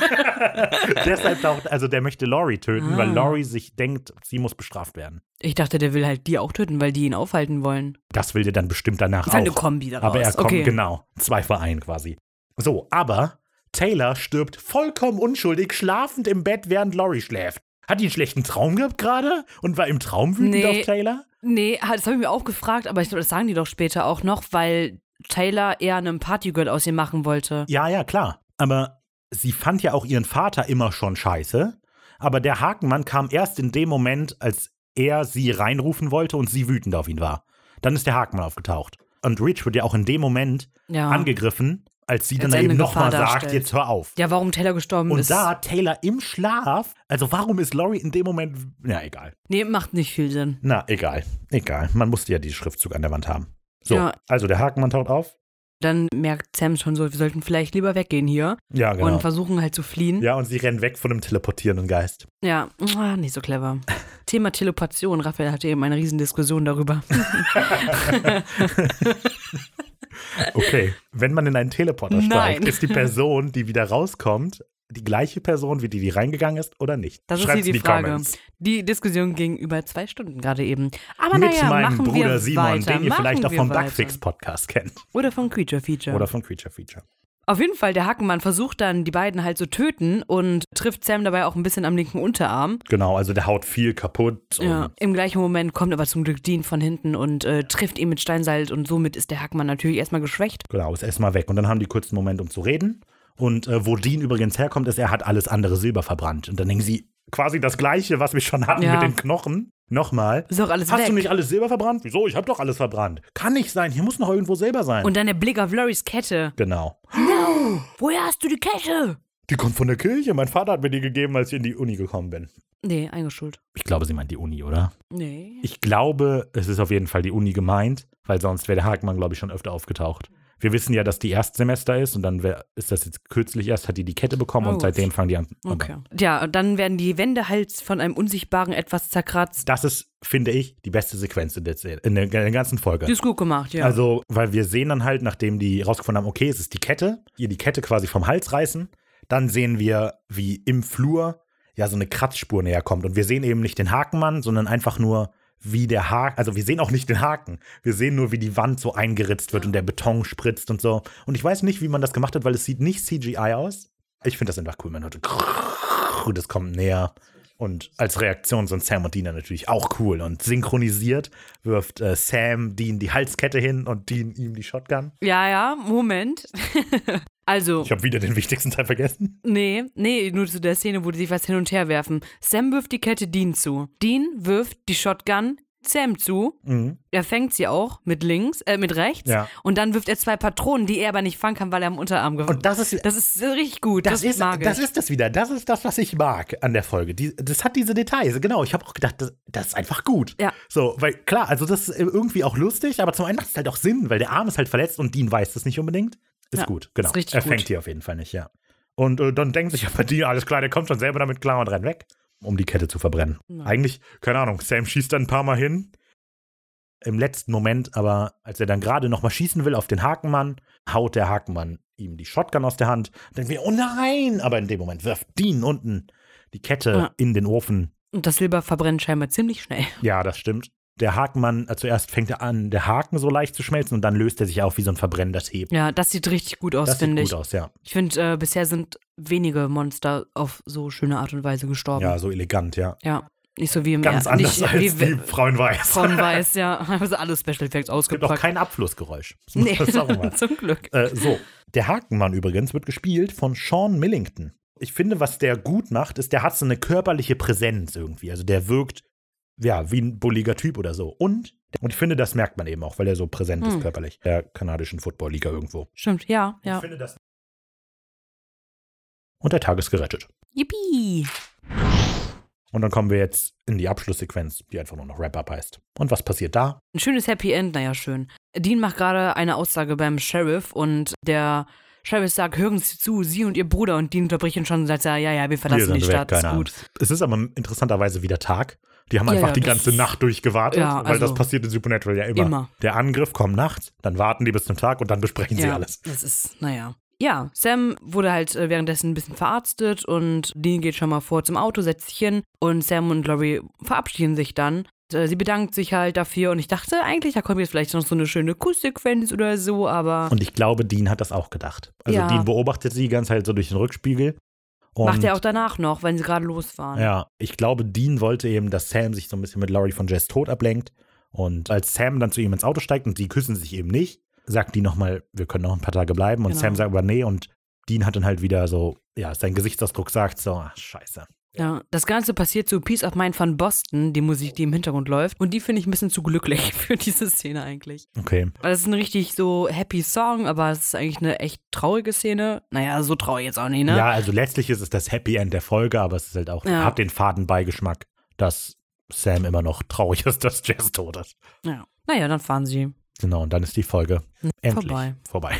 Deshalb taucht, also der möchte Laurie töten, weil Laurie sich denkt, sie muss bestraft werden. Ich dachte, der will halt die auch töten, weil die ihn aufhalten wollen. Das will der dann bestimmt danach ist auch. Eine Kombi daraus. Aber er kommt, okay. Genau, 2 für 1 quasi. So, aber Taylor stirbt vollkommen unschuldig, schlafend im Bett, während Laurie schläft. Hat die einen schlechten Traum gehabt gerade und war im Traum wütend auf Taylor? Nee, das habe ich mir auch gefragt, aber ich glaube, das sagen die doch später auch noch, weil Taylor eher einen Partygirl aus ihr machen wollte. Ja, klar. Aber sie fand ja auch ihren Vater immer schon scheiße. Aber der Hakenmann kam erst in dem Moment, als er sie reinrufen wollte und sie wütend auf ihn war. Dann ist der Hakenmann aufgetaucht. Und Rich wird ja auch in dem Moment angegriffen, als sie dann eben nochmal sagt, jetzt hör auf. Ja, warum Taylor gestorben ist. Und da Taylor im Schlaf, also warum ist Laurie in dem Moment, ja, egal. Nee, macht nicht viel Sinn. Na, egal. Man musste ja diesen Schriftzug an der Wand haben. So, ja. Also der Hakenmann taucht auf. Dann merkt Sam schon so, wir sollten vielleicht lieber weggehen hier. Ja, genau. Und versuchen halt zu fliehen. Ja, und sie rennen weg von einem teleportierenden Geist. Ja, nicht so clever. Thema Teleportation. Raphael hatte eben eine Riesendiskussion darüber. Okay, wenn man in einen Teleporter steigt, ist die Person, die wieder rauskommt, die gleiche Person, wie die reingegangen ist oder nicht? Das Schreibt's ist hier die Frage. Comments. Die Diskussion ging über 2 Stunden gerade eben. Aber mit naja, meinem machen Bruder wir Simon, weiter. den ihr vielleicht auch vom weiter. Bugfix-Podcast kennt. Oder von Creature Feature. Auf jeden Fall, der Hakenmann versucht dann, die beiden halt zu töten und trifft Sam dabei auch ein bisschen am linken Unterarm. Genau, also der haut viel kaputt. Ja, im gleichen Moment kommt aber zum Glück Dean von hinten und trifft ihn mit Steinsalz und somit ist der Hakenmann natürlich erstmal geschwächt. Genau, ist erstmal weg und dann haben die kurz einen Moment, um zu reden. Und wo Dean übrigens herkommt, ist, er hat alles andere Silber verbrannt. Und dann denken sie, quasi das Gleiche, was wir schon hatten mit den Knochen. Nochmal. Ist doch alles Hast weg. du nicht alles Silber verbrannt? Wieso? Ich habe doch alles verbrannt. Kann nicht sein. Hier muss noch irgendwo Silber sein. Und dann der Blick auf Lorrys Kette. Genau. No! Woher hast du die Kette? Die kommt von der Kirche. Mein Vater hat mir die gegeben, als ich in die Uni gekommen bin. Nee, eingeschult. Ich glaube, sie meint die Uni, oder? Nee. Ich glaube, es ist auf jeden Fall die Uni gemeint, weil sonst wäre der Hakenmann, glaube ich, schon öfter aufgetaucht. Wir wissen ja, dass die Erstsemester ist und dann ist das jetzt kürzlich erst, hat die Kette bekommen und seitdem fangen die an. Okay. Ja, und dann werden die Wände halt von einem Unsichtbaren etwas zerkratzt. Das ist, finde ich, die beste Sequenz in der ganzen Folge. Die ist gut gemacht, ja. Also, weil wir sehen dann halt, nachdem die rausgefunden haben, okay, es ist die Kette, ihr die Kette quasi vom Hals reißen, dann sehen wir, wie im Flur ja so eine Kratzspur näher kommt und wir sehen eben nicht den Hakenmann, sondern einfach nur wie der Haken, also wir sehen auch nicht den Haken, wir sehen nur, wie die Wand so eingeritzt wird und der Beton spritzt und so. Und ich weiß nicht, wie man das gemacht hat, weil es sieht nicht CGI aus. Ich finde das einfach cool, man hört und das kommt näher. Und als Reaktion sind Sam und Dean natürlich auch cool. Und synchronisiert wirft Sam Dean die Halskette hin und Dean ihm die Shotgun. Ja, Moment. Also. Ich habe wieder den wichtigsten Teil vergessen. Nee, nur zu der Szene, wo die sich was hin und her werfen. Sam wirft die Kette Dean zu. Dean wirft die Shotgun Sam zu. Mhm. Er fängt sie auch mit rechts. Ja. Und dann wirft er 2 Patronen, die er aber nicht fangen kann, weil er am Unterarm geworfen Und das ist richtig gut. Das ist magisch. Das ist das wieder. Das ist das, was ich mag an der Folge. Das hat diese Details. Genau, ich habe auch gedacht, das ist einfach gut. Ja. So, weil klar, also das ist irgendwie auch lustig, aber zum einen macht es halt auch Sinn, weil der Arm ist halt verletzt und Dean weiß das nicht unbedingt. Ist gut, genau. Ist richtig er gut. fängt hier auf jeden Fall nicht, ja. Und dann denkt sich aber Dean, alles klar, der kommt schon selber damit klar und rennt weg, um die Kette zu verbrennen. Ja. Eigentlich, keine Ahnung, Sam schießt dann ein paar Mal hin. Im letzten Moment, aber als er dann gerade noch mal schießen will auf den Hakenmann, haut der Hakenmann ihm die Shotgun aus der Hand. Dann denken wir, oh nein! Aber in dem Moment wirft Dean unten die Kette in den Ofen. Und das Silber verbrennt scheinbar ziemlich schnell. Ja, das stimmt. Der Hakenmann, zuerst fängt er an, der Haken so leicht zu schmelzen und dann löst er sich auf wie so ein verbrennender Tee. Ja, das sieht richtig gut aus, finde ich. Das sieht gut aus, ja. Ich finde, bisher sind wenige Monster auf so schöne Art und Weise gestorben. Ja, so elegant, ja. Ja, nicht so wie im Ganz anders als die Frau in Weiß. Frau in Weiß, ja. Also alle Special Effects Es gibt ausgepackt. auch kein Abflussgeräusch. Nee, Das sagen wir mal. zum Glück. So, der Hakenmann übrigens wird gespielt von Sean Millington. Ich finde, was der gut macht, ist, der hat so eine körperliche Präsenz irgendwie. Also der wirkt, ja, wie ein bulliger Typ oder so. Und ich finde, das merkt man eben auch, weil er so präsent ist körperlich. Der kanadischen Football-Liga irgendwo. Stimmt, ja. Ich finde das. Und der Tag ist gerettet. Yippie! Und dann kommen wir jetzt in die Abschlusssequenz, die einfach nur noch Wrap-Up heißt. Und was passiert da? Ein schönes Happy End, naja, schön. Dean macht gerade eine Aussage beim Sheriff und der Sheriff sagt, hören Sie zu, Sie und Ihr Bruder. Und Dean unterbricht ihn schon und sagt, ja, wir verlassen die Stadt, ist gut. Es ist aber interessanterweise wieder Tag. Die haben einfach die ganze Nacht durchgewartet, weil das passiert in Supernatural ja immer. Der Angriff kommt nachts, dann warten die bis zum Tag und dann besprechen sie alles. Das ist, naja. Ja, Sam wurde halt währenddessen ein bisschen verarztet und Dean geht schon mal vor zum Auto, setzt sich hin und Sam und Laurie verabschieden sich dann. Sie bedankt sich halt dafür und ich dachte eigentlich, da kommt jetzt vielleicht noch so eine schöne Kusssequenz oder so, aber... Und ich glaube, Dean hat das auch gedacht. Also Dean beobachtet sie ganz halt so durch den Rückspiegel. Und macht er auch danach noch, wenn sie gerade losfahren. Ja, ich glaube, Dean wollte eben, dass Sam sich so ein bisschen mit Laurie von Jess Tod ablenkt. Und als Sam dann zu ihm ins Auto steigt und sie küssen sich eben nicht, sagt Dean nochmal, wir können noch ein paar Tage bleiben. Und Sam sagt aber nee. Und Dean hat dann halt wieder so, ja, sein Gesichtsausdruck sagt so, ach, scheiße. Ja, das Ganze passiert zu Peace of Mind von Boston, die Musik, die im Hintergrund läuft. Und die finde ich ein bisschen zu glücklich für diese Szene eigentlich. Okay. Weil es ist ein richtig so happy Song, aber es ist eigentlich eine echt traurige Szene. Naja, so traurig jetzt auch nicht, ne? Ja, also letztlich ist es das Happy End der Folge, aber es ist halt auch, hat den faden Beigeschmack, dass Sam immer noch traurig ist, dass Jess tot ist. Ja. Naja, dann fahren sie. Genau, und dann ist die Folge endlich vorbei.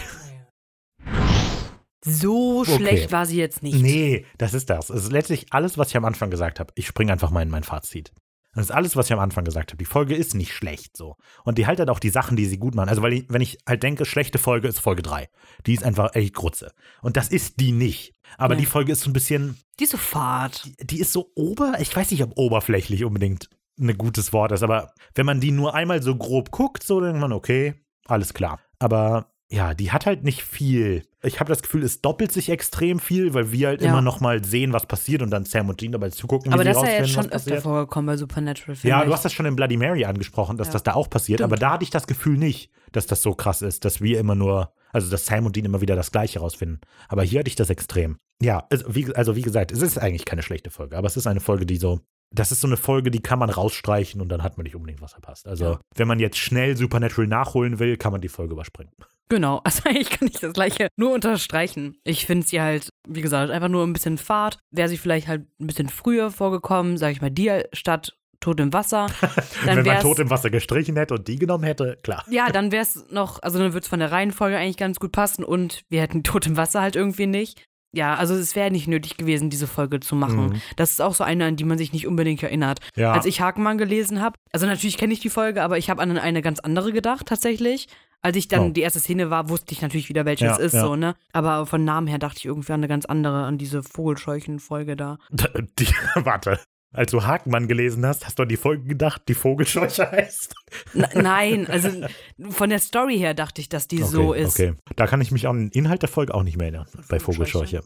So schlecht war sie jetzt nicht. Nee, das ist das. Es ist letztlich alles, was ich am Anfang gesagt habe. Ich springe einfach mal in mein Fazit. Das ist alles, was ich am Anfang gesagt habe. Die Folge ist nicht schlecht so. Und die halt auch die Sachen, die sie gut machen. Also, wenn ich halt denke, schlechte Folge ist Folge 3. Die ist einfach echt Grütze. Und das ist die nicht. Aber die Folge ist so ein bisschen. Die ist so fad. Die ist so ich weiß nicht, ob oberflächlich unbedingt ein gutes Wort ist. Aber wenn man die nur einmal so grob guckt, so denkt man, okay, alles klar. Aber ja, die hat halt nicht viel. Ich habe das Gefühl, es doppelt sich extrem viel, weil wir halt immer noch mal sehen, was passiert und dann Sam und Dean dabei zugucken, aber wie sie rausfinden, rausfinden, aber das ist ja jetzt schon öfter vorgekommen bei Supernatural. Ja, du hast das schon in Bloody Mary angesprochen, dass das da auch passiert, Stimmt. aber da hatte ich das Gefühl nicht, dass das so krass ist, dass wir immer nur, also dass Sam und Dean immer wieder das Gleiche rausfinden. Aber hier hatte ich das extrem. Ja, also wie gesagt, es ist eigentlich keine schlechte Folge, aber es ist eine Folge, das ist so eine Folge, die kann man rausstreichen und dann hat man nicht unbedingt was verpasst. Also, wenn man jetzt schnell Supernatural nachholen will, kann man die Folge überspringen. Genau, also eigentlich kann ich das Gleiche nur unterstreichen. Ich finde sie halt, wie gesagt, einfach nur ein bisschen Fahrt. Wäre sie vielleicht halt ein bisschen früher vorgekommen, sag ich mal, die statt Tod im Wasser. Dann wenn man Tod im Wasser gestrichen hätte und die genommen hätte, klar. Ja, dann wäre es noch, also dann würde es von der Reihenfolge eigentlich ganz gut passen und wir hätten Tod im Wasser halt irgendwie nicht. Ja, also es wäre nicht nötig gewesen, diese Folge zu machen. Das ist auch so eine, an die man sich nicht unbedingt erinnert. Ja. Als ich Hakenmann gelesen habe, also natürlich kenne ich die Folge, aber ich habe an eine ganz andere gedacht tatsächlich. Als ich dann die erste Szene war, wusste ich natürlich wieder, welche es ist, so, ne? Aber von Namen her dachte ich irgendwie an eine ganz andere, an diese Vogelscheuchen-Folge da. Warte. Als du Hakenmann gelesen hast, hast du an die Folge gedacht, die Vogelscheuche heißt? Nein, also von der Story her dachte ich, dass die so ist. Okay, da kann ich mich an den Inhalt der Folge auch nicht mehr erinnern, bei Vogelscheuche.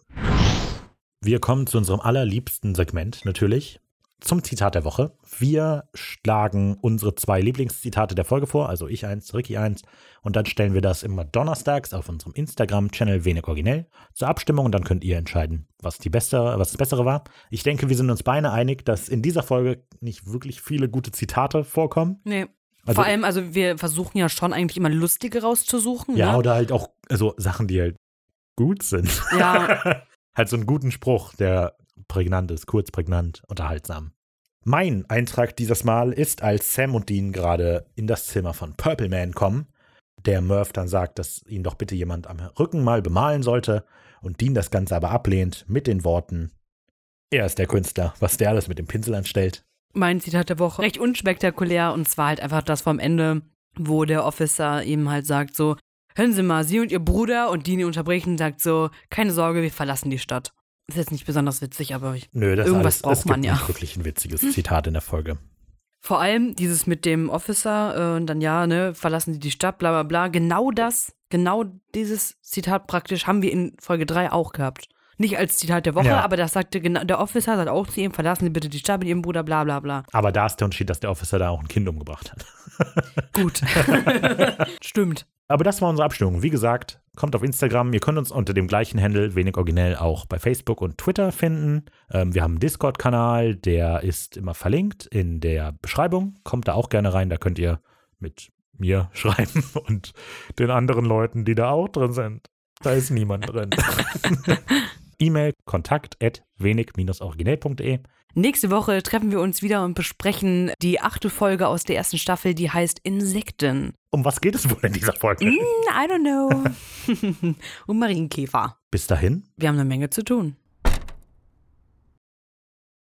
Wir kommen zu unserem allerliebsten Segment natürlich, zum Zitat der Woche. Wir schlagen unsere 2 Lieblingszitate der Folge vor, also ich eins, Ricky eins, und dann stellen wir das immer donnerstags auf unserem Instagram-Channel Wenig Originell zur Abstimmung und dann könnt ihr entscheiden, was das Bessere war. Ich denke, wir sind uns beide einig, dass in dieser Folge nicht wirklich viele gute Zitate vorkommen. Nee. Vor allem, also wir versuchen ja schon eigentlich immer lustige rauszusuchen. Ja, ne? oder halt auch Sachen, die halt gut sind. Ja. Halt so einen guten Spruch, der prägnant ist, kurz, prägnant, unterhaltsam. Mein Eintrag dieses Mal ist, als Sam und Dean gerade in das Zimmer von Purple Man kommen, der Murph dann sagt, dass ihn doch bitte jemand am Rücken mal bemalen sollte und Dean das Ganze aber ablehnt mit den Worten, er ist der Künstler, was der alles mit dem Pinsel anstellt. Mein Zitat der Woche, recht unspektakulär und zwar halt einfach das vom Ende, wo der Officer eben halt sagt so, hören Sie mal, Sie und Ihr Bruder und Dean unterbrechen und sagt so, keine Sorge, wir verlassen die Stadt. Ist jetzt nicht besonders witzig, aber irgendwas braucht man ja. Es gibt nicht wirklich ein witziges Zitat in der Folge. Vor allem dieses mit dem Officer und dann verlassen sie die Stadt, bla bla bla. Genau dieses Zitat praktisch haben wir in Folge 3 auch gehabt. Nicht als Zitat der Woche, aber das sagte der Officer sagt auch zu ihm, verlassen Sie bitte die Stadt mit Ihrem Bruder, bla bla bla. Aber da ist der Unterschied, dass der Officer da auch ein Kind umgebracht hat. Gut. Stimmt. Aber das war unsere Abstimmung. Wie gesagt, kommt auf Instagram. Ihr könnt uns unter dem gleichen Handle Wenig Originell auch bei Facebook und Twitter finden. Wir haben einen Discord-Kanal, der ist immer verlinkt in der Beschreibung. Kommt da auch gerne rein, da könnt ihr mit mir schreiben und den anderen Leuten, die da auch drin sind. Da ist niemand drin. E-Mail kontakt@wenig-originell.de. Nächste Woche treffen wir uns wieder und besprechen die 8. Folge aus der 1. Staffel, die heißt Insekten. Um was geht es wohl in dieser Folge? I don't know. Um Marienkäfer. Bis dahin. Wir haben eine Menge zu tun.